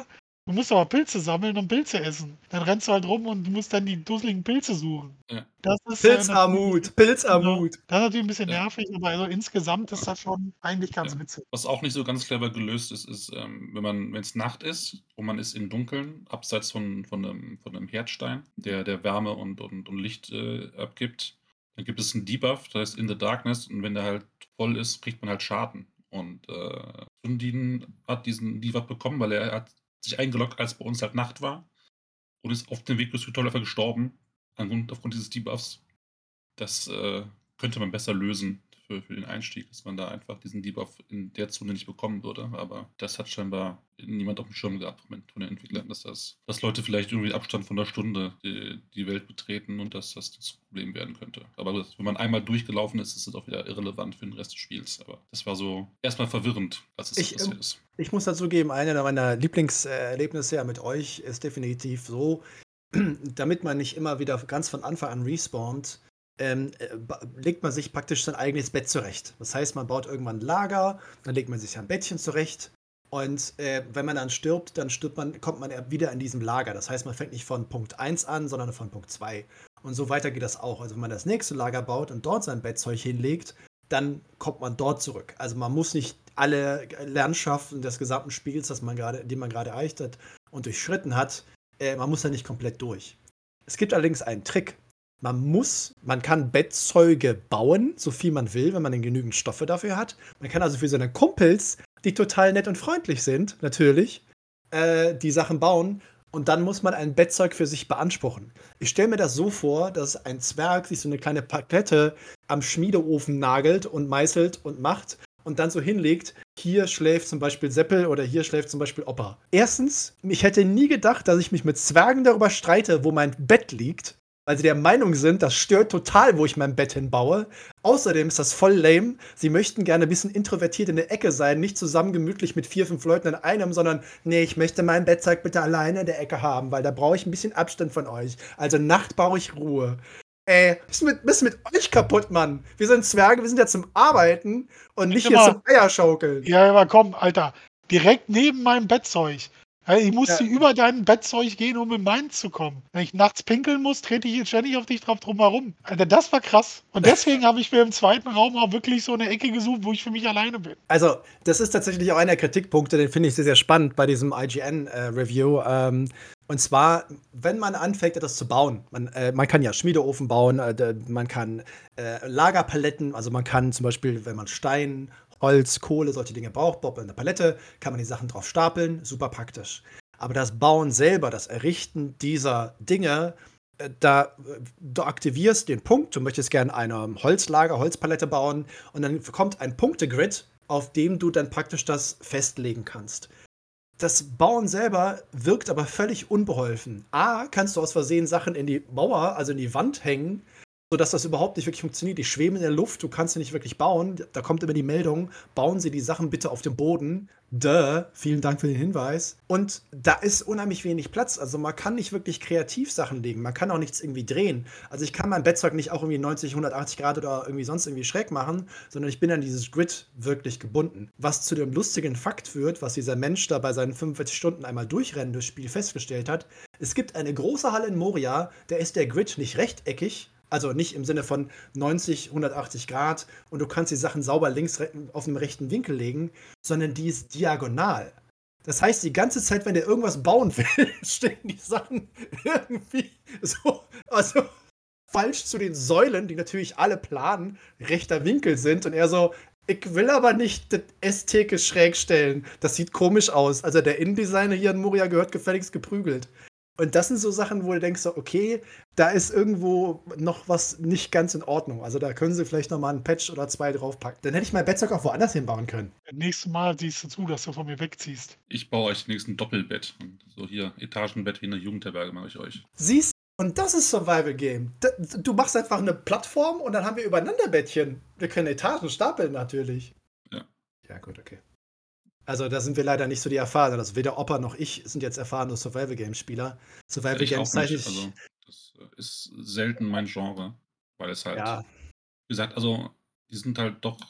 Du musst aber Pilze sammeln und Pilze essen. Dann rennst du halt rum und du musst dann die dusseligen Pilze suchen. Ja. Das ist äh, natürlich Pilzarmut, genau, Pilzarmut. das ist natürlich ein bisschen Ja. nervig, aber also insgesamt ist Ja. das schon eigentlich ganz Ja. witzig. Was auch nicht so ganz clever gelöst ist, ist, ähm, wenn man, wenn es Nacht ist und man ist im Dunkeln, abseits von, von, einem, von einem Herdstein, der, der Wärme und, und, und Licht äh, abgibt, dann gibt es einen Debuff, das heißt In the Darkness, und wenn der halt voll ist, kriegt man halt Schaden. Und äh, Sundin hat diesen Debuff bekommen, weil er hat sich eingeloggt, als bei uns halt Nacht war, und ist auf dem Weg durchs Tutorial einfach gestorben, aufgrund, aufgrund dieses Debuffs. Das äh, könnte man besser lösen für, für den Einstieg, dass man da einfach diesen Debuff in der Zone nicht bekommen würde. Aber das hat scheinbar niemand auf dem Schirm gehabt von den Entwicklern, dass das, dass Leute vielleicht irgendwie Abstand von einer Stunde die, die Welt betreten und dass das das Problem werden könnte. Aber das, wenn man einmal durchgelaufen ist, ist es auch wieder irrelevant für den Rest des Spiels. Aber das war so erstmal verwirrend, als es so Ich, passiert ähm, ist. ich muss dazu geben, einer meiner Lieblingserlebnisse ja mit euch ist definitiv so, damit man nicht immer wieder ganz von Anfang an respawnt, ähm, äh, ba- legt man sich praktisch sein eigenes Bett zurecht. Das heißt, man baut irgendwann ein Lager, dann legt man sich ein Bettchen zurecht und äh, wenn man dann stirbt, dann stirbt man, kommt man wieder in diesem Lager. Das heißt, man fängt nicht von Punkt eins an, sondern von Punkt zwei. Und so weiter geht das auch. Also wenn man das nächste Lager baut und dort sein Bettzeug hinlegt, dann kommt man dort zurück. Also man muss nicht alle Lernschaften des gesamten Spiels, das man gerade, die man gerade erreicht hat und durchschritten hat, äh, man muss da nicht komplett durch. Es gibt allerdings einen Trick. Man muss, man kann Bettzeuge bauen, so viel man will, wenn man denn genügend Stoffe dafür hat. Man kann also für seine Kumpels, die total nett und freundlich sind, natürlich, äh, die Sachen bauen. Und dann muss man ein Bettzeug für sich beanspruchen. Ich stelle mir das so vor, dass ein Zwerg sich so eine kleine Palette am Schmiedeofen nagelt und meißelt und macht und dann so hinlegt, hier schläft zum Beispiel Seppel oder hier schläft zum Beispiel Opa. Erstens, ich hätte nie gedacht, dass ich mich mit Zwergen darüber streite, wo mein Bett liegt, weil sie der Meinung sind, das stört total, wo ich mein Bett hinbaue. Außerdem ist das voll lame. Sie möchten gerne ein bisschen introvertiert in der Ecke sein, nicht zusammen gemütlich mit vier, fünf Leuten in einem, sondern nee, ich möchte mein Bettzeug bitte alleine in der Ecke haben, weil da brauche ich ein bisschen Abstand von euch. Also Nacht brauche ich Ruhe. Ey, bist mit, bist mit euch kaputt, Mann. Wir sind Zwerge, wir sind ja zum Arbeiten und nicht hier Immer. zum Eierschaukeln. Ja, aber komm, Alter. Direkt neben meinem Bettzeug. Ja, ich musste Ja. über dein Bettzeug gehen, um in meins zu kommen. Wenn ich nachts pinkeln muss, trete ich jetzt ständig auf dich drauf drum herum. Alter, das war krass. Und deswegen habe ich mir im zweiten Raum auch wirklich so eine Ecke gesucht, wo ich für mich alleine bin. Also, das ist tatsächlich auch einer der Kritikpunkte, den finde ich sehr, sehr spannend bei diesem I G N-Review. Ähm, und zwar, wenn man anfängt, etwas zu bauen, man, äh, man kann ja Schmiedeofen bauen, äh, d- man kann äh, Lagerpaletten, also man kann zum Beispiel, wenn man Stein, Holz, Kohle, solche Dinge braucht, baut man eine Palette, kann man die Sachen drauf stapeln, super praktisch. Aber das Bauen selber, das Errichten dieser Dinge, äh, da äh, du aktivierst den Punkt, du möchtest gerne eine Holzlager, Holzpalette bauen und dann kommt ein Punktegrid, auf dem du dann praktisch das festlegen kannst. Das Bauen selber wirkt aber völlig unbeholfen. A, kannst du aus Versehen Sachen in die Mauer, also in die Wand hängen, sodass das überhaupt nicht wirklich funktioniert. Die schweben in der Luft, du kannst sie nicht wirklich bauen. Da kommt immer die Meldung, bauen Sie die Sachen bitte auf dem Boden. Duh, vielen Dank für den Hinweis. Und da ist unheimlich wenig Platz. Also man kann nicht wirklich kreativ Sachen legen. Man kann auch nichts irgendwie drehen. Also ich kann mein Bettzeug nicht auch irgendwie neunzig, hundertachtzig Grad oder irgendwie sonst irgendwie schräg machen, sondern ich bin an dieses Grid wirklich gebunden. Was zu dem lustigen Fakt führt, was dieser Mensch da bei seinen fünfundvierzig Stunden einmal durchrennen durchs Spiel festgestellt hat. Es gibt eine große Halle in Moria, da ist der Grid nicht rechteckig, also nicht im Sinne von neunzig, hundertachtzig Grad und du kannst die Sachen sauber links re- auf dem rechten Winkel legen, sondern die ist diagonal. Das heißt, die ganze Zeit, wenn der irgendwas bauen will, stehen die Sachen irgendwie so, also falsch zu den Säulen, die natürlich alle plan rechter Winkel sind und er so, ich will aber nicht das S-Theke schräg stellen. Das sieht komisch aus. Also der Innendesigner hier in Moria gehört gefälligst geprügelt. Und das sind so Sachen, wo du denkst, so, okay, da ist irgendwo noch was nicht ganz in Ordnung. Also da können sie vielleicht noch mal einen Patch oder zwei draufpacken. Dann hätte ich mein Bettzeug auch woanders hinbauen können. Das nächste Mal siehst du zu, dass du von mir wegziehst. Ich baue euch demnächst ein Doppelbett. Und so hier, Etagenbett wie in der Jugendherberge mache ich euch. Siehst du, und das ist Survival Game. Da- Du machst einfach eine Plattform und dann haben wir übereinander Bettchen. Wir können Etagen stapeln natürlich. Ja. Ja, gut, okay. Also da sind wir leider nicht so die Erfahrenen. Also weder Opa noch ich sind jetzt erfahrene Survival Game Spieler. Survival Ich Games auch zeichne nicht. ich. Also, das äh, ist selten mein Genre, weil es halt, Ja, wie gesagt, also, die sind halt doch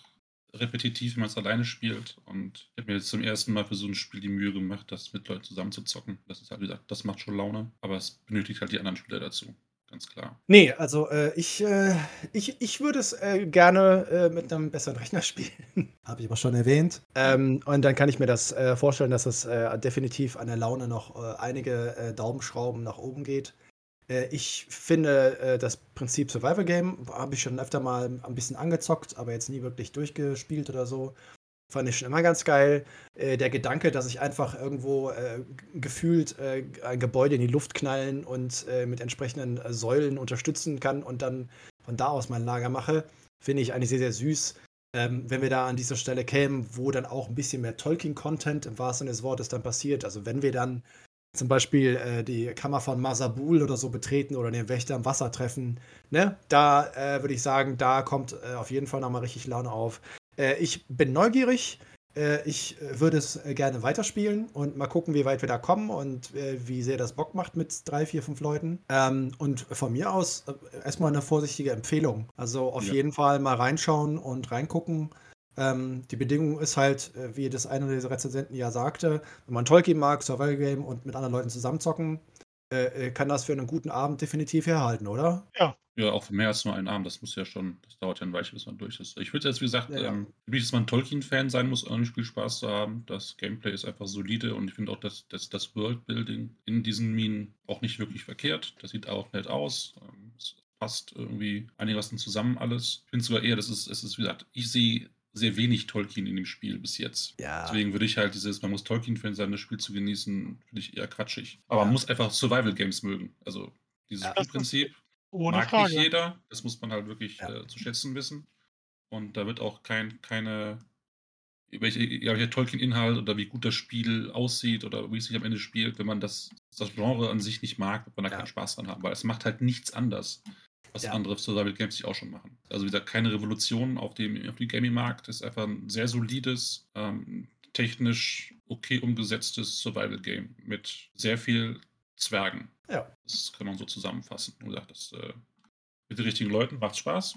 repetitiv, wenn man's alleine spielt und ich habe mir jetzt zum ersten Mal für so 'n Spiel die Mühe gemacht, das mit Leuten zusammen zu zocken. Das ist halt wie gesagt, das macht schon Laune, aber es benötigt halt die anderen Spieler dazu, ganz klar. Ne, also, äh, ich äh, ich ich würde es, äh, gerne, äh, mit 'nem besseren Rechner spielen, habe ich aber schon erwähnt. Ja. Ähm, und dann kann ich mir das, äh, vorstellen, dass es, äh, definitiv an der Laune noch, äh, einige, äh, Daumenschrauben nach oben geht. Äh, ich finde, äh, das Prinzip Survival Game habe ich schon öfter mal ein bisschen angezockt, aber jetzt nie wirklich durchgespielt oder so. Fand ich schon immer ganz geil. Äh, der Gedanke, dass ich einfach irgendwo, äh, g gefühlt, äh, ein Gebäude in die Luft knallen und, äh, mit entsprechenden, äh, Säulen unterstützen kann und dann von da aus mein Lager mache, finde ich eigentlich sehr, sehr süß. Ähm, wenn wir da an dieser Stelle kämen, wo dann auch ein bisschen mehr Tolkien-Content im wahrsten Sinne des Wortes dann passiert. Also, wenn wir dann zum Beispiel, äh, die Kammer von Mazabul oder so betreten oder den Wächter im Wasser treffen, ne? Da, äh, würde ich sagen, da kommt, äh, auf jeden Fall noch mal richtig Laune auf. Äh, ich bin neugierig. Äh, ich, äh, würde es, äh, gerne weiterspielen und mal gucken, wie weit wir da kommen und, äh, wie sehr das Bock macht mit drei, vier, fünf Leuten. Ähm, und von mir aus, äh, erst mal 'ne vorsichtige Empfehlung. Also, auf Ja. jeden Fall mal reinschauen und reingucken. Ähm, die Bedingung ist halt, äh, wie das einer dieser Rezensenten ja sagte, wenn man Tolkien mag, Survival Game und mit anderen Leuten zusammen zocken, äh, äh, kann das für 'nen guten Abend definitiv herhalten, oder? Ja. Ja, auch für mehr als nur einen Abend. Das muss ja schon das dauert ja 'n Weilchen, bis man durch ist. Ich würde jetzt, wie gesagt, Ja, ja. ähm nicht, dass man Tolkien-Fan sein muss, um an dem Spiel Spaß zu haben. Das Gameplay ist einfach solide und ich finde auch, dass dass das Worldbuilding in diesen Minen auch nicht wirklich verkehrt. Das sieht auch nett aus. Ähm, es passt irgendwie einigermaßen zusammen alles. Ich finde sogar eher, dass es es ist wie gesagt, ich sehe sehr wenig Tolkien in dem Spiel bis jetzt. Ja. Deswegen würde ich halt dieses man muss Tolkien-Fan sein, das Spiel zu genießen, finde ich eher quatschig. Aber man Ja. muss einfach Survival Games mögen. Also, dieses Ja. Das ist Spielprinzip ohne mag nicht Frage. jeder. Das muss man halt wirklich, Ja. äh, zu schätzen wissen. Und da wird auch kein keine welche ja, welcher Tolkien-Inhalt oder wie gut das Spiel aussieht oder wie es sich am Ende spielt, wenn man das das Genre an sich nicht mag, wird man da keinen Ja. Spaß dran haben, weil es macht halt nichts anders, was Ja. andere Survival Games nicht auch schon machen. Also, wie gesagt, keine Revolution auf dem auf dem Gaming-Markt. Ist einfach 'n sehr solides, ähm, technisch okay umgesetztes Survival Game mit sehr viel Zwergen. Ja. Das kann man so zusammenfassen. Wie gesagt, das, äh mit den richtigen Leuten macht's Spaß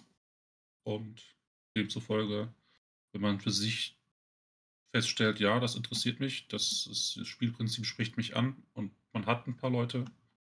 und demzufolge, wenn man für sich feststellt: „Ja, das interessiert mich, das ist das Spielprinzip spricht mich an“ und man hat 'n paar Leute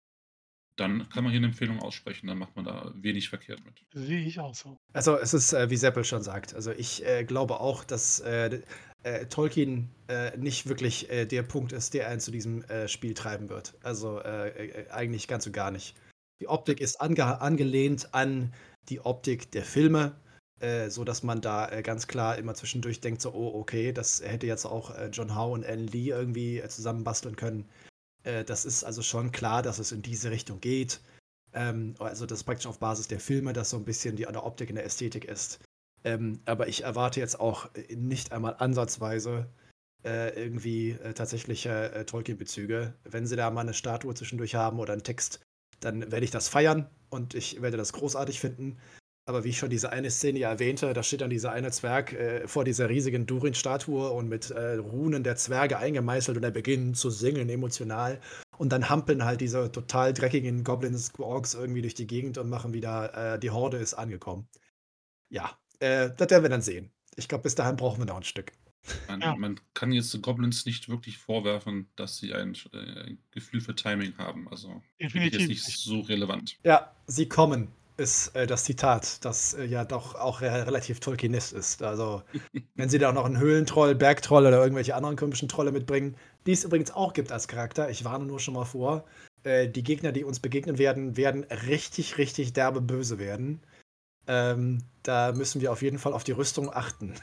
dann kann man hier 'ne Empfehlung aussprechen, dann macht man da wenig verkehrt mit. Sehe ich auch so. Also, es ist, äh, wie Seppel schon sagt. Also, ich, äh, glaube auch, dass, äh, d äh, Tolkien, äh, nicht wirklich, äh, der Punkt ist, der einen zu diesem, äh, Spiel treiben wird. Also, äh, äh, eigentlich ganz und gar nicht. Die Ja. Optik ist angeha angelehnt an die Optik der Filme, äh, sodass man da, äh, ganz klar immer zwischendurch denkt so: „Oh, okay, das hätte jetzt auch, äh, John Howe und Alan Lee irgendwie, äh, zusammenbasteln können.“ Äh, das ist also schon klar, dass es in diese Richtung geht. Ähm, also, das ist praktisch auf Basis der Filme, dass so 'n bisschen die an der Optik, in der Ästhetik ist. Ähm, aber ich erwarte jetzt auch, äh, nicht einmal ansatzweise, äh, irgendwie, äh, tatsächliche, äh, Tolkien-Bezüge. Wenn sie da mal 'ne Statue zwischendurch haben oder 'n Text, dann werde ich das feiern und ich werde das großartig finden. Aber wie ich schon diese eine Szene ja erwähnte, da steht dann dieser eine Zwerg, äh, vor dieser riesigen Durin-Statue und mit, äh, Runen der Zwerge eingemeißelt und er beginnt zu singen emotional. Und dann hampeln halt diese total dreckigen Goblins, Orks irgendwie durch die Gegend und machen wieder, äh: „Die Horde ist angekommen.“ Ja, äh, das werden wir dann sehen. Ich glaube, bis dahin brauchen wir noch 'n Stück. Man Ja. man kann jetzt Goblins nicht wirklich vorwerfen, dass sie ein sch äh, ein Gefühl für Timing haben. Also, finde ich jetzt Definitiv nicht nicht. so relevant. Ja, sie kommen, ist, äh, das Zitat, das, äh, ja doch auch re relativ Tolkienesc ist. Also, wenn sie da auch noch 'n Höhlentroll, Bergtroll oder irgendwelche anderen komischen Trolle mitbringen, die es übrigens auch gibt als Charakter. Ich warne nur schon mal vor. Äh, die Gegner, die uns begegnen werden, werden richtig, richtig derbe böse werden. Ähm, da müssen wir auf jeden Fall auf die Rüstung achten.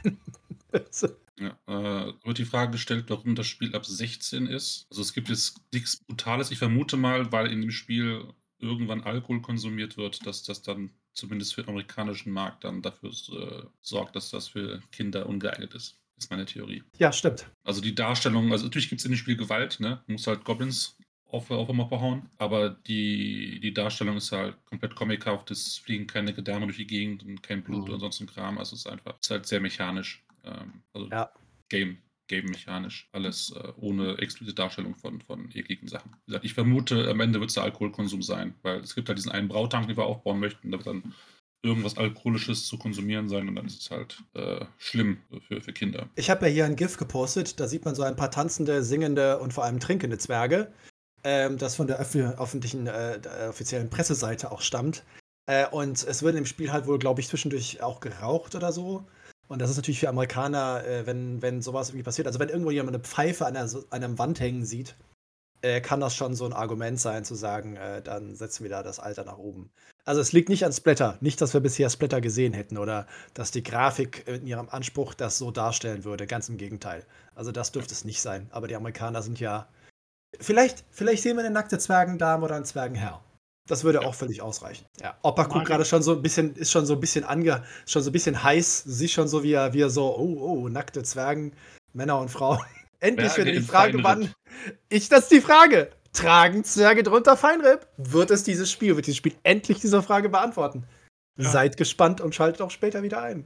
Also Ja, äh, wird die Frage gestellt, warum das Spiel ab sechzehn ist. Also, es gibt jetzt nix Brutales. Ich vermute mal, weil in dem Spiel irgendwann Alkohol konsumiert wird, dass das dann zumindest für den amerikanischen Markt dann dafür s äh, sorgt, dass das für Kinder ungeeignet ist, ist meine Theorie. Ja, stimmt. Also, die Darstellung also, natürlich gibt's in dem Spiel Gewalt, ne? Musst halt Goblins auf auf 'n Moped hauen, aber die die Darstellung ist halt komplett comichaft. Es fliegen keine Gedärme durch die Gegend und kein Blut oder Mhm. sonst 'n Kram. Also, es ist einfach ist halt sehr mechanisch. Ähm, also, Ja. Game Game-mechanisch. Alles, äh, ohne explizite Darstellung von von ekligen Sachen. Wie gesagt, ich vermute, am Ende wird's der Alkoholkonsum sein, weil es gibt halt diesen einen Brautank, den wir aufbauen möchten. Da wird dann irgendwas Alkoholisches zu konsumieren sein und dann ist es halt äh, schlimm für, für Kinder. Ich habe ja hier ein GIF gepostet, da sieht man so ein paar tanzende, singende und vor allem trinkende Zwerge, ähm, das von der öff- öffentlichen, äh, der offiziellen Presseseite auch stammt. Äh, und es wird im Spiel halt wohl, glaube ich, zwischendurch auch geraucht oder so. Und das ist natürlich für Amerikaner, äh, wenn, wenn sowas irgendwie passiert, also wenn irgendwo jemand eine Pfeife an, der, an einer Wand hängen sieht, äh, kann das schon so ein Argument sein, zu sagen, äh, dann setzen wir da das Alter nach oben. Also es liegt nicht an Splatter. Nicht, dass wir bisher Splatter gesehen hätten oder dass die Grafik in ihrem Anspruch das so darstellen würde. Ganz im Gegenteil. Also das dürfte es nicht sein. Aber die Amerikaner sind ja. Vielleicht, vielleicht sehen wir eine nackte Zwergendame oder einen Zwergenherr. Das würde Ja. auch völlig ausreichen. Ja. Opa guckt Mag gerade ich. schon so ein bisschen, ist schon so ein bisschen ange, schon so ein bisschen heiß. Du siehst schon so, wie er, wie er so, oh, oh, nackte Zwergen, Männer und Frauen. Endlich Berge wieder die in Frage, Feinripp. wann. Ich, das ist die Frage. Tragen Zwerge drunter Feinripp? Wird es dieses Spiel, wird dieses Spiel endlich diese Frage beantworten? Ja. Seid gespannt und schaltet auch später wieder ein.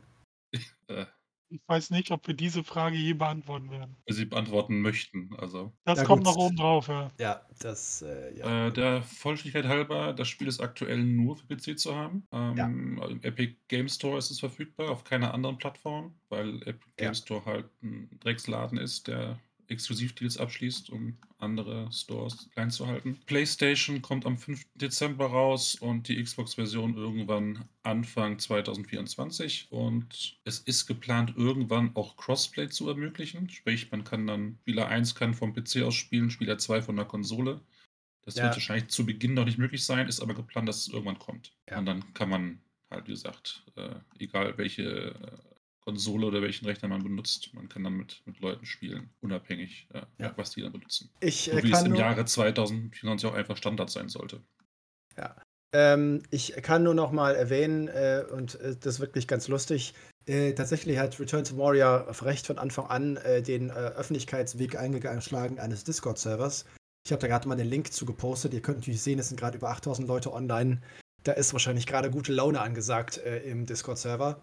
Äh, Ich weiß nicht, ob wir diese Frage je beantworten werden. sie beantworten möchten. Also Das Na kommt gut. noch oben drauf, ja. Ja, das, äh, ja. äh, der Vollständigkeit halber, das Spiel ist aktuell nur für P C zu haben. Ja. Ähm, Im Epic Game Store ist es verfügbar, auf keiner anderen Plattform, weil Epic Ja. Game Store halt ein Drecksladen ist, der Exklusivdeals abschließt, um andere Stores klein zu halten. PlayStation kommt am fünften Dezember raus und die Xbox-Version irgendwann Anfang zwanzig vierundzwanzig. Und es ist geplant, irgendwann auch Crossplay zu ermöglichen. Sprich, man kann dann, Spieler eins kann vom P C aus spielen, Spieler zwei von der Konsole. Das Ja. wird wahrscheinlich zu Beginn noch nicht möglich sein, ist aber geplant, dass es irgendwann kommt. Ja. Und dann kann man halt, wie gesagt, äh, egal welche äh, Konsole oder welchen Rechner man benutzt, man kann dann mit, mit Leuten spielen, unabhängig, äh, Ja. was die dann benutzen. Ich So äh, wie es kann im nur. Jahre zwanzig vierundzwanzig auch einfach Standard sein sollte. Ja. Ähm, ich kann nur noch mal erwähnen, äh, und äh, das ist wirklich ganz lustig, äh, tatsächlich hat Return to Moria recht von Anfang an äh, den äh, Öffentlichkeitsweg eingeschlagen eines Discord-Servers. Ich habe da gerade mal den Link zu gepostet. Ihr könnt natürlich sehen, es sind gerade über achttausend Leute online. Da ist wahrscheinlich gerade gute Laune angesagt äh, im Discord-Server.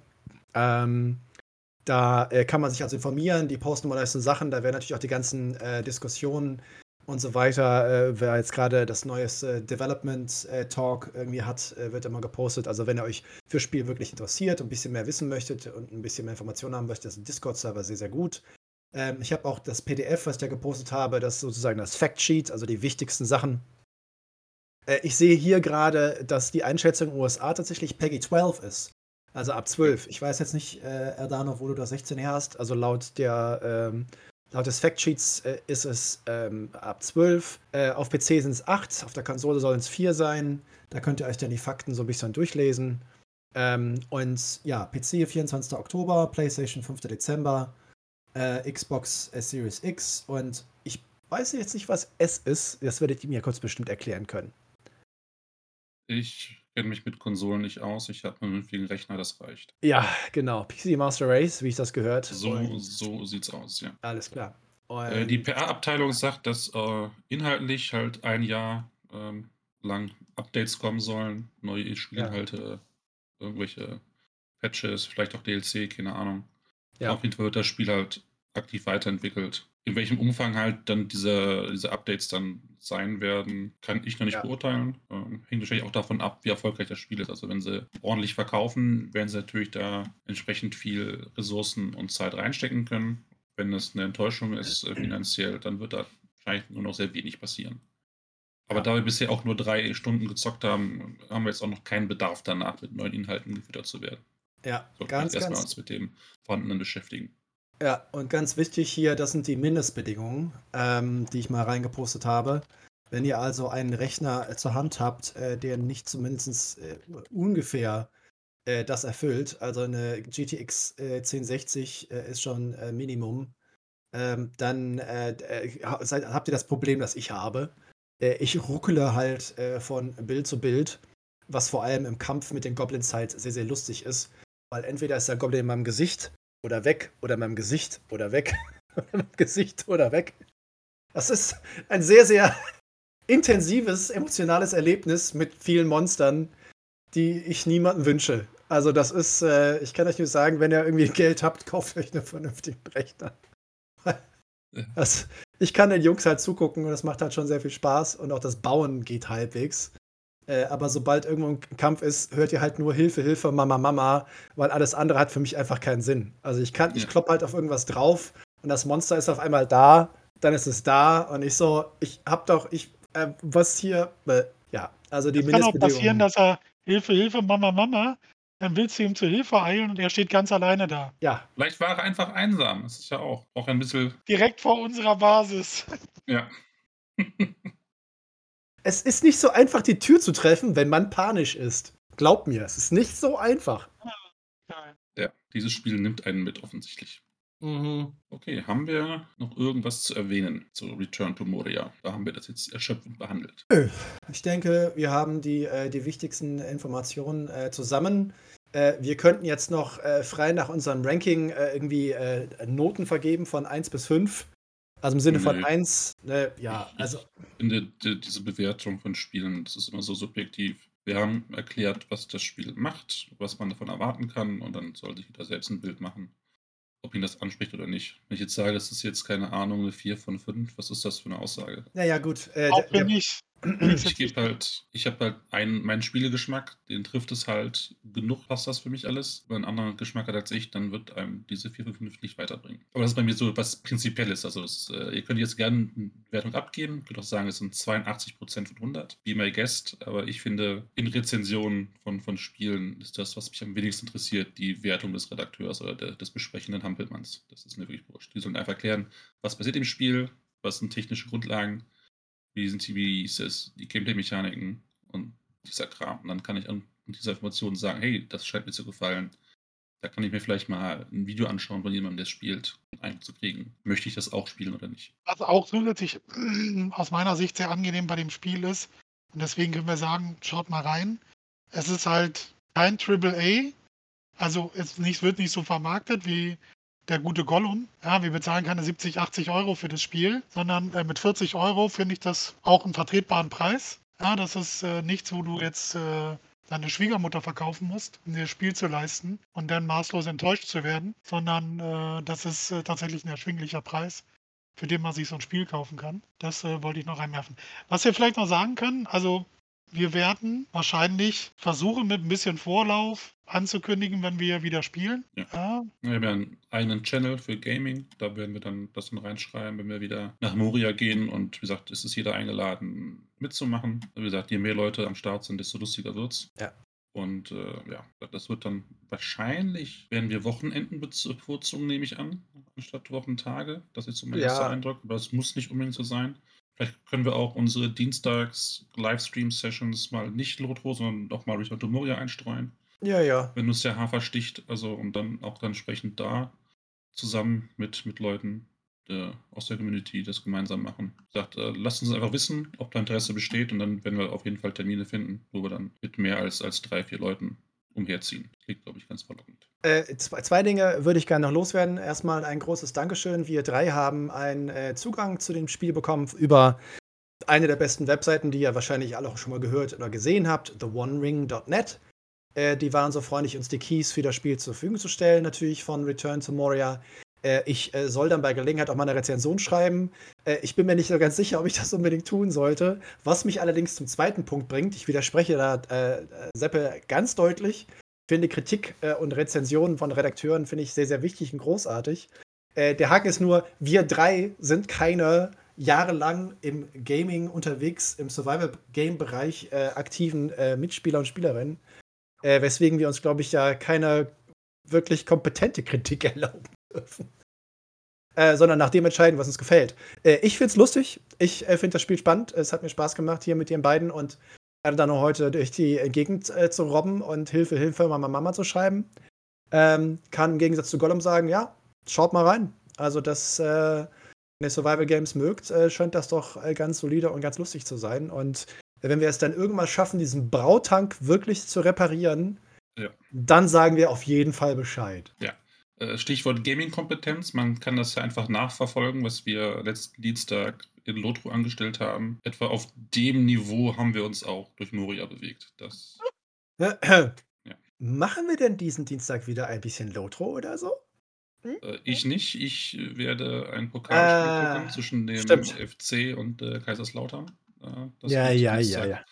Ähm, da äh, kann man sich also informieren, die posten immer neuesten Sachen, da werden natürlich auch die ganzen äh, Diskussionen und so weiter, äh, wer jetzt gerade das neueste Development äh, Talk irgendwie hat, äh, wird immer gepostet. Also wenn ihr euch für Spiel wirklich interessiert und ein bisschen mehr wissen möchtet und ein bisschen mehr Informationen haben möchtet, ist ein Discord-Server sehr, sehr gut. Ähm, ich habe auch das P D F, was ich da gepostet habe, das ist sozusagen das Factsheet, also die wichtigsten Sachen. Äh, ich sehe hier gerade, dass die Einschätzung in den U S A tatsächlich Peggy zwölf ist. Also ab zwölf. Ich weiß jetzt nicht, äh, Erdano, wo du das sechzehn her hast. Also laut der ähm, laut des Factsheets äh, ist es ähm, ab zwölf. Äh, auf P C sind es acht, auf der Konsole sollen es vier sein. Da könnt ihr euch dann die Fakten so ein bisschen durchlesen. Ähm, und ja, P C vierundzwanzigsten Oktober, PlayStation fünften Dezember, äh, Xbox äh, Series X und ich weiß jetzt nicht, was S ist. Das werdet ihr mir kurz bestimmt erklären können. Ich kenne mich mit Konsolen nicht aus, ich habe einen vernünftigen Rechner, das reicht. Ja, genau. P C Master Race, wie ich das gehört. So, Und so sieht's aus, ja. alles klar. Äh, die Und P R-Abteilung sagt, dass äh, inhaltlich halt ein Jahr ähm, lang Updates kommen sollen, neue Spielinhalte, irgendwelche Patches, vielleicht auch D L C, keine Ahnung. ja, Auf jeden Fall wird das Spiel halt aktiv weiterentwickelt. In welchem Umfang halt dann diese, diese Updates dann sein werden, kann ich noch nicht Ja. beurteilen. Ähm, hängt wahrscheinlich auch davon ab, wie erfolgreich das Spiel ist. Also wenn sie ordentlich verkaufen, werden sie natürlich da entsprechend viel Ressourcen und Zeit reinstecken können. Wenn es eine Enttäuschung ist äh, finanziell, dann wird da wahrscheinlich nur noch sehr wenig passieren. Aber Ja. da wir bisher auch nur drei Stunden gezockt haben, haben wir jetzt auch noch keinen Bedarf danach, mit neuen Inhalten gefüttert zu werden. ja, Sollten wir ganz, jetzt erstmal ganz. uns mit dem Vorhandenen beschäftigen. Ja, und ganz wichtig hier, das sind die Mindestbedingungen, ähm, die ich mal reingepostet habe. Wenn ihr also einen Rechner äh, zur Hand habt, äh, der nicht zumindest äh, ungefähr äh, das erfüllt, also eine G T X äh, zehn sechzig äh, ist schon äh, Minimum, ähm, dann äh, äh, ha- seid, habt ihr das Problem, das ich habe. Äh, ich ruckele halt äh, von Bild zu Bild, was vor allem im Kampf mit den Goblins halt sehr, sehr lustig ist. Weil entweder ist der Goblin in meinem Gesicht oder weg, oder in meinem Gesicht oder weg, oder in meinem Gesicht oder weg. Das ist ein sehr, sehr intensives, emotionales Erlebnis mit vielen Monstern, die ich niemandem wünsche. Also das ist, äh, ich kann euch nur sagen, wenn ihr irgendwie Geld habt, kauft euch einen vernünftigen Rechner. Das, ich kann den Jungs halt zugucken und das macht halt schon sehr viel Spaß und auch das Bauen geht halbwegs. Äh, aber sobald irgendwo 'n K Kampf ist, hört ihr halt nur: „Hilfe, Hilfe, Mama, Mama“, weil alles andere hat für mich einfach keinen Sinn. Also, ich kann ich Ja. kloppe halt auf irgendwas drauf und das Monster ist auf einmal da, dann ist es da und ich so: „Ich habe doch ich äh, was hier?“ Bäh. Ja, also die Es kann auch passieren, Mindestbedingungen dass er: „Hilfe, Hilfe, Mama, Mama“, dann willst du ihm zur Hilfe eilen und er steht ganz alleine da. Ja. Vielleicht war er einfach einsam. Das ist ja auch auch ein bisschen Direkt vor unserer Basis. Ja. Es ist nicht so einfach, die Tür zu treffen, wenn man panisch ist. Glaub mir, es ist nicht so einfach. Ah, geil. Ja, dieses Spiel nimmt einen mit offensichtlich. Mhm. Okay, haben wir noch irgendwas zu erwähnen zu Return to Moria? Da haben wir das jetzt erschöpfend behandelt. Nö. Ich denke, wir haben die äh, die wichtigsten Informationen, äh, zusammen. Äh, wir könnten jetzt noch, äh, frei nach unserem Ranking, äh, irgendwie, äh, Noten vergeben von eins bis fünf. Also, im Sinne von Nö. eins, ne, ja, Ich also ich finde, d diese Bewertung von Spielen, das ist immer so subjektiv. Wir haben erklärt, was das Spiel macht, was man davon erwarten kann und dann soll sich jeder selbst 'n Bild machen, ob ihn das anspricht oder nicht. Wenn ich jetzt sage, es ist jetzt, keine Ahnung, 'ne vier von fünf, was ist das für 'ne Aussage? Na ja, gut, äh, Auch der wenn der ich wenn ich's Ich jetzt gebe richtig halt ich habe halt einen meinen Spielegeschmack, den trifft es halt genug passt das für mich alles. Wenn 'n anderer Geschmack hat als ich, dann wird einem diese vier von fünf nicht weiterbringen. Aber das ist bei mir so was Prinzipielles. Also, es äh, ihr könnt jetzt gern 'n Wertung abgeben. Könnt auch sagen, es sind zweiundachtzig Prozent von hundert. Be my guest. Aber ich finde, in Rezensionen von von Spielen ist das, was mich am wenigsten interessiert, die Wertung des Redakteurs oder der des besprechenden Hampelmanns. Das ist mir wirklich wurscht. Die sollen einfach erklären, was passiert im Spiel, was sind technische Grundlagen, wie sind die wie ist es die Gameplay-Mechaniken und dieser Kram. Und dann kann ich an dieser Information sagen: „Hey, das scheint mir zu gefallen.“ Da kann ich mir vielleicht mal 'n Video anschauen von jemandem, der's spielt, um Eindruck zu kriegen. Möchte ich das auch spielen oder nicht? Was auch zusätzlich aus meiner Sicht sehr angenehm bei dem Spiel ist und deswegen können wir sagen, schaut mal rein. Es ist halt kein Triple A, also, es nicht wird nicht so vermarktet wie der gute Gollum. Ja, wir bezahlen keine siebzig, achtzig Euro für das Spiel, sondern, äh, mit vierzig Euro finde ich das auch 'n vertretbaren Preis. Ja, das ist, äh, nichts, wo du jetzt, äh, deine Schwiegermutter verkaufen musst, um dir das Spiel zu leisten und dann maßlos enttäuscht zu werden, sondern, äh, das ist, äh, tatsächlich 'n erschwinglicher Preis, für den man sich so 'n Spiel kaufen kann. Das, äh, wollte ich noch einwerfen. Was wir vielleicht noch sagen können, also, wir werden wahrscheinlich versuchen, mit 'n bisschen Vorlauf anzukündigen, wenn wir wieder spielen. Ja. Ja. Wir haben ja 'n eigenen Channel für Gaming. Da werden wir dann das dann reinschreiben, wenn wir wieder nach Moria gehen und wie gesagt, es ist jeder eingeladen, mitzumachen. Wie gesagt, je mehr Leute am Start sind, desto lustiger wird's. Ja. Und, äh, ja, das wird dann wahrscheinlich werden wir Wochenenden bez bevorzugen, nehme ich an, anstatt Wochentage. Das ist so mein erster Ja. Eindruck, aber es muss nicht unbedingt so sein. Vielleicht können wir auch unsere Dienstags-Livestream-Sessions mal nicht LOTRO, sondern auch mal Return to Moria einstreuen. Ja, ja. Wenn uns der Hafer sticht, also und dann auch dann entsprechend da zusammen mit mit Leuten, äh, aus der Community das gemeinsam machen. Wie gesagt, äh, lasst uns einfach wissen, ob da Interesse besteht und dann werden wir auf jeden Fall Termine finden, wo wir dann mit mehr als als drei, vier Leuten umherziehen. Klingt, glaube ich, ganz verlockend. Äh, zw zwei Dinge würde ich gerne noch loswerden. Erst mal ein großes Dankeschön. Wir drei haben einen, äh, Zugang zu dem Spiel bekommen f über eine der besten Webseiten, die ihr wahrscheinlich alle auch schon mal gehört oder gesehen habt, the one ring dot net. Äh, die waren so freundlich, uns die Keys für das Spiel zur Verfügung zu stellen, natürlich von Return to Moria. Äh, ich, äh, soll dann bei Gelegenheit auch mal 'ne Rezension schreiben. Äh, ich bin mir nicht so ganz sicher, ob ich das unbedingt tun sollte. Was mich allerdings zum zweiten Punkt bringt, ich widerspreche da, äh, äh, Seppe ganz deutlich. Ich finde Kritik, äh, und Rezensionen von Redakteuren finde ich sehr, sehr wichtig und großartig. Äh, der Haken ist nur, wir drei sind keine jahrelang im Gaming unterwegs, im Survival-Game-Bereich, äh, aktiven, äh, Mitspieler und Spielerinnen, äh, weswegen wir uns, glaube ich, ja keine wirklich kompetente Kritik erlauben dürfen. Äh, sondern nach dem entscheiden, was uns gefällt. Äh, ich finde es lustig. Ich, äh, finde das Spiel spannend. Es hat mir Spaß gemacht hier mit den beiden und dann noch heute durch die, äh, Gegend, äh, zu robben und „Hilfe, Hilfe, Mama, Mama“ zu schreiben. Ähm, kann im Gegensatz zu Gollum sagen: „Ja, schaut mal rein.“ Also, das, äh wenn ihr Survival Games mögt, äh, scheint das doch, äh, ganz solide und ganz lustig zu sein. Und wenn wir es dann irgendwann schaffen, diesen Brautank wirklich zu reparieren, Ja. dann sagen wir auf jeden Fall Bescheid. Ja. Äh, Stichwort Gaming-Kompetenz. Man kann das ja einfach nachverfolgen, was wir letzten Dienstag in LOTRO angestellt haben. Etwa auf dem Niveau haben wir uns auch durch Moria bewegt. Das ja. Machen wir denn diesen Dienstag wieder ein bisschen LOTRO oder so? Hm? Äh, ich nicht. Ich werde ein Pokalspiel gucken Ah, zwischen dem stimmt. FC und, äh, Kaiserslautern. Äh, das Ja, wird ja, ja, Dienstag ja.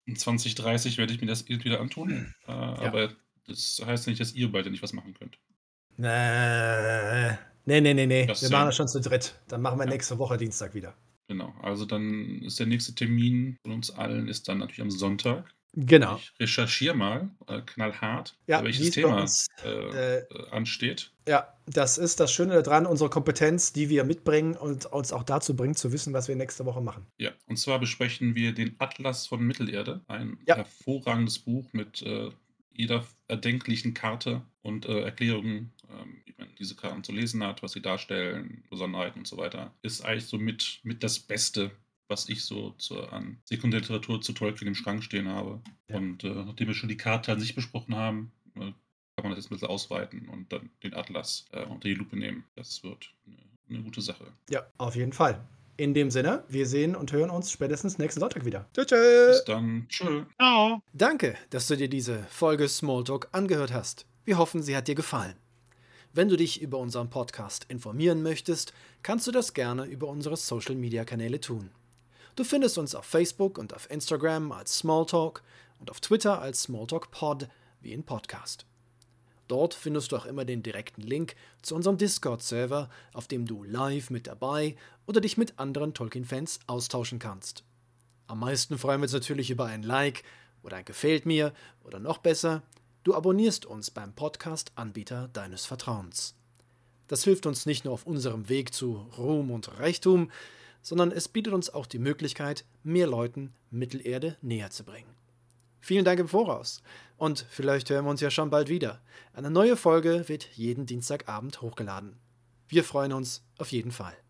In zwanzig dreißig werde ich mir das irgendwie wieder antun. Äh, Ja. aber das heißt nicht, dass ihr beide nicht was machen könnt. Äh, nee, nee, nee, nee. Das Wir machen same. das schon zu dritt. Dann machen wir Ja. nächste Woche Dienstag wieder. Genau. Also dann ist der nächste Termin von uns allen ist dann natürlich am Sonntag. Genau. Ich recherchiere mal äh, knallhart, Ja, äh, wie welches es bei Thema uns, äh, äh, äh, ansteht. ja, das ist das Schöne daran, unsere Kompetenz, die wir mitbringen und uns auch dazu bringt, zu wissen, was wir nächste Woche machen. Ja, und zwar besprechen wir den Atlas von Mittelerde, ein Ja. hervorragendes Buch mit äh, jeder erdenklichen Karte und äh, Erklärungen, ähm, wie man diese Karten zu lesen hat, was sie darstellen, Besonderheiten und so weiter. Ist eigentlich so mit, mit das Beste, was ich so zur, an Sekundärliteratur zu Tolkien im Schrank stehen habe. Ja. Und äh, nachdem wir schon die Karte an sich besprochen haben, äh, kann man das jetzt ein bisschen ausweiten und dann den Atlas äh, unter die Lupe nehmen. Das wird eine, eine gute Sache. Ja, auf jeden Fall. In dem Sinne, wir sehen und hören uns spätestens nächsten Sonntag wieder. Tschö, tschö. Bis dann. Tschö. Ciao. Danke, dass du dir diese Folge Smalltalk angehört hast. Wir hoffen, sie hat dir gefallen. Wenn du dich über unseren Podcast informieren möchtest, kannst du das gerne über unsere Social-Media-Kanäle tun. Du findest uns auf Facebook und auf Instagram als Smalltalk und auf Twitter als SmalltalkPod wie in Podcast. Dort findest du auch immer den direkten Link zu unserem Discord-Server, auf dem du live mit dabei oder dich mit anderen Tolkien-Fans austauschen kannst. Am meisten freuen wir uns natürlich über ein Like oder ein Gefällt mir oder noch besser, du abonnierst uns beim Podcast-Anbieter deines Vertrauens. Das hilft uns nicht nur auf unserem Weg zu Ruhm und Reichtum, sondern es bietet uns auch die Möglichkeit, mehr Leuten Mittelerde näher zu bringen. Vielen Dank im Voraus und vielleicht hören wir uns ja schon bald wieder. Eine neue Folge wird jeden Dienstagabend hochgeladen. Wir freuen uns auf jeden Fall.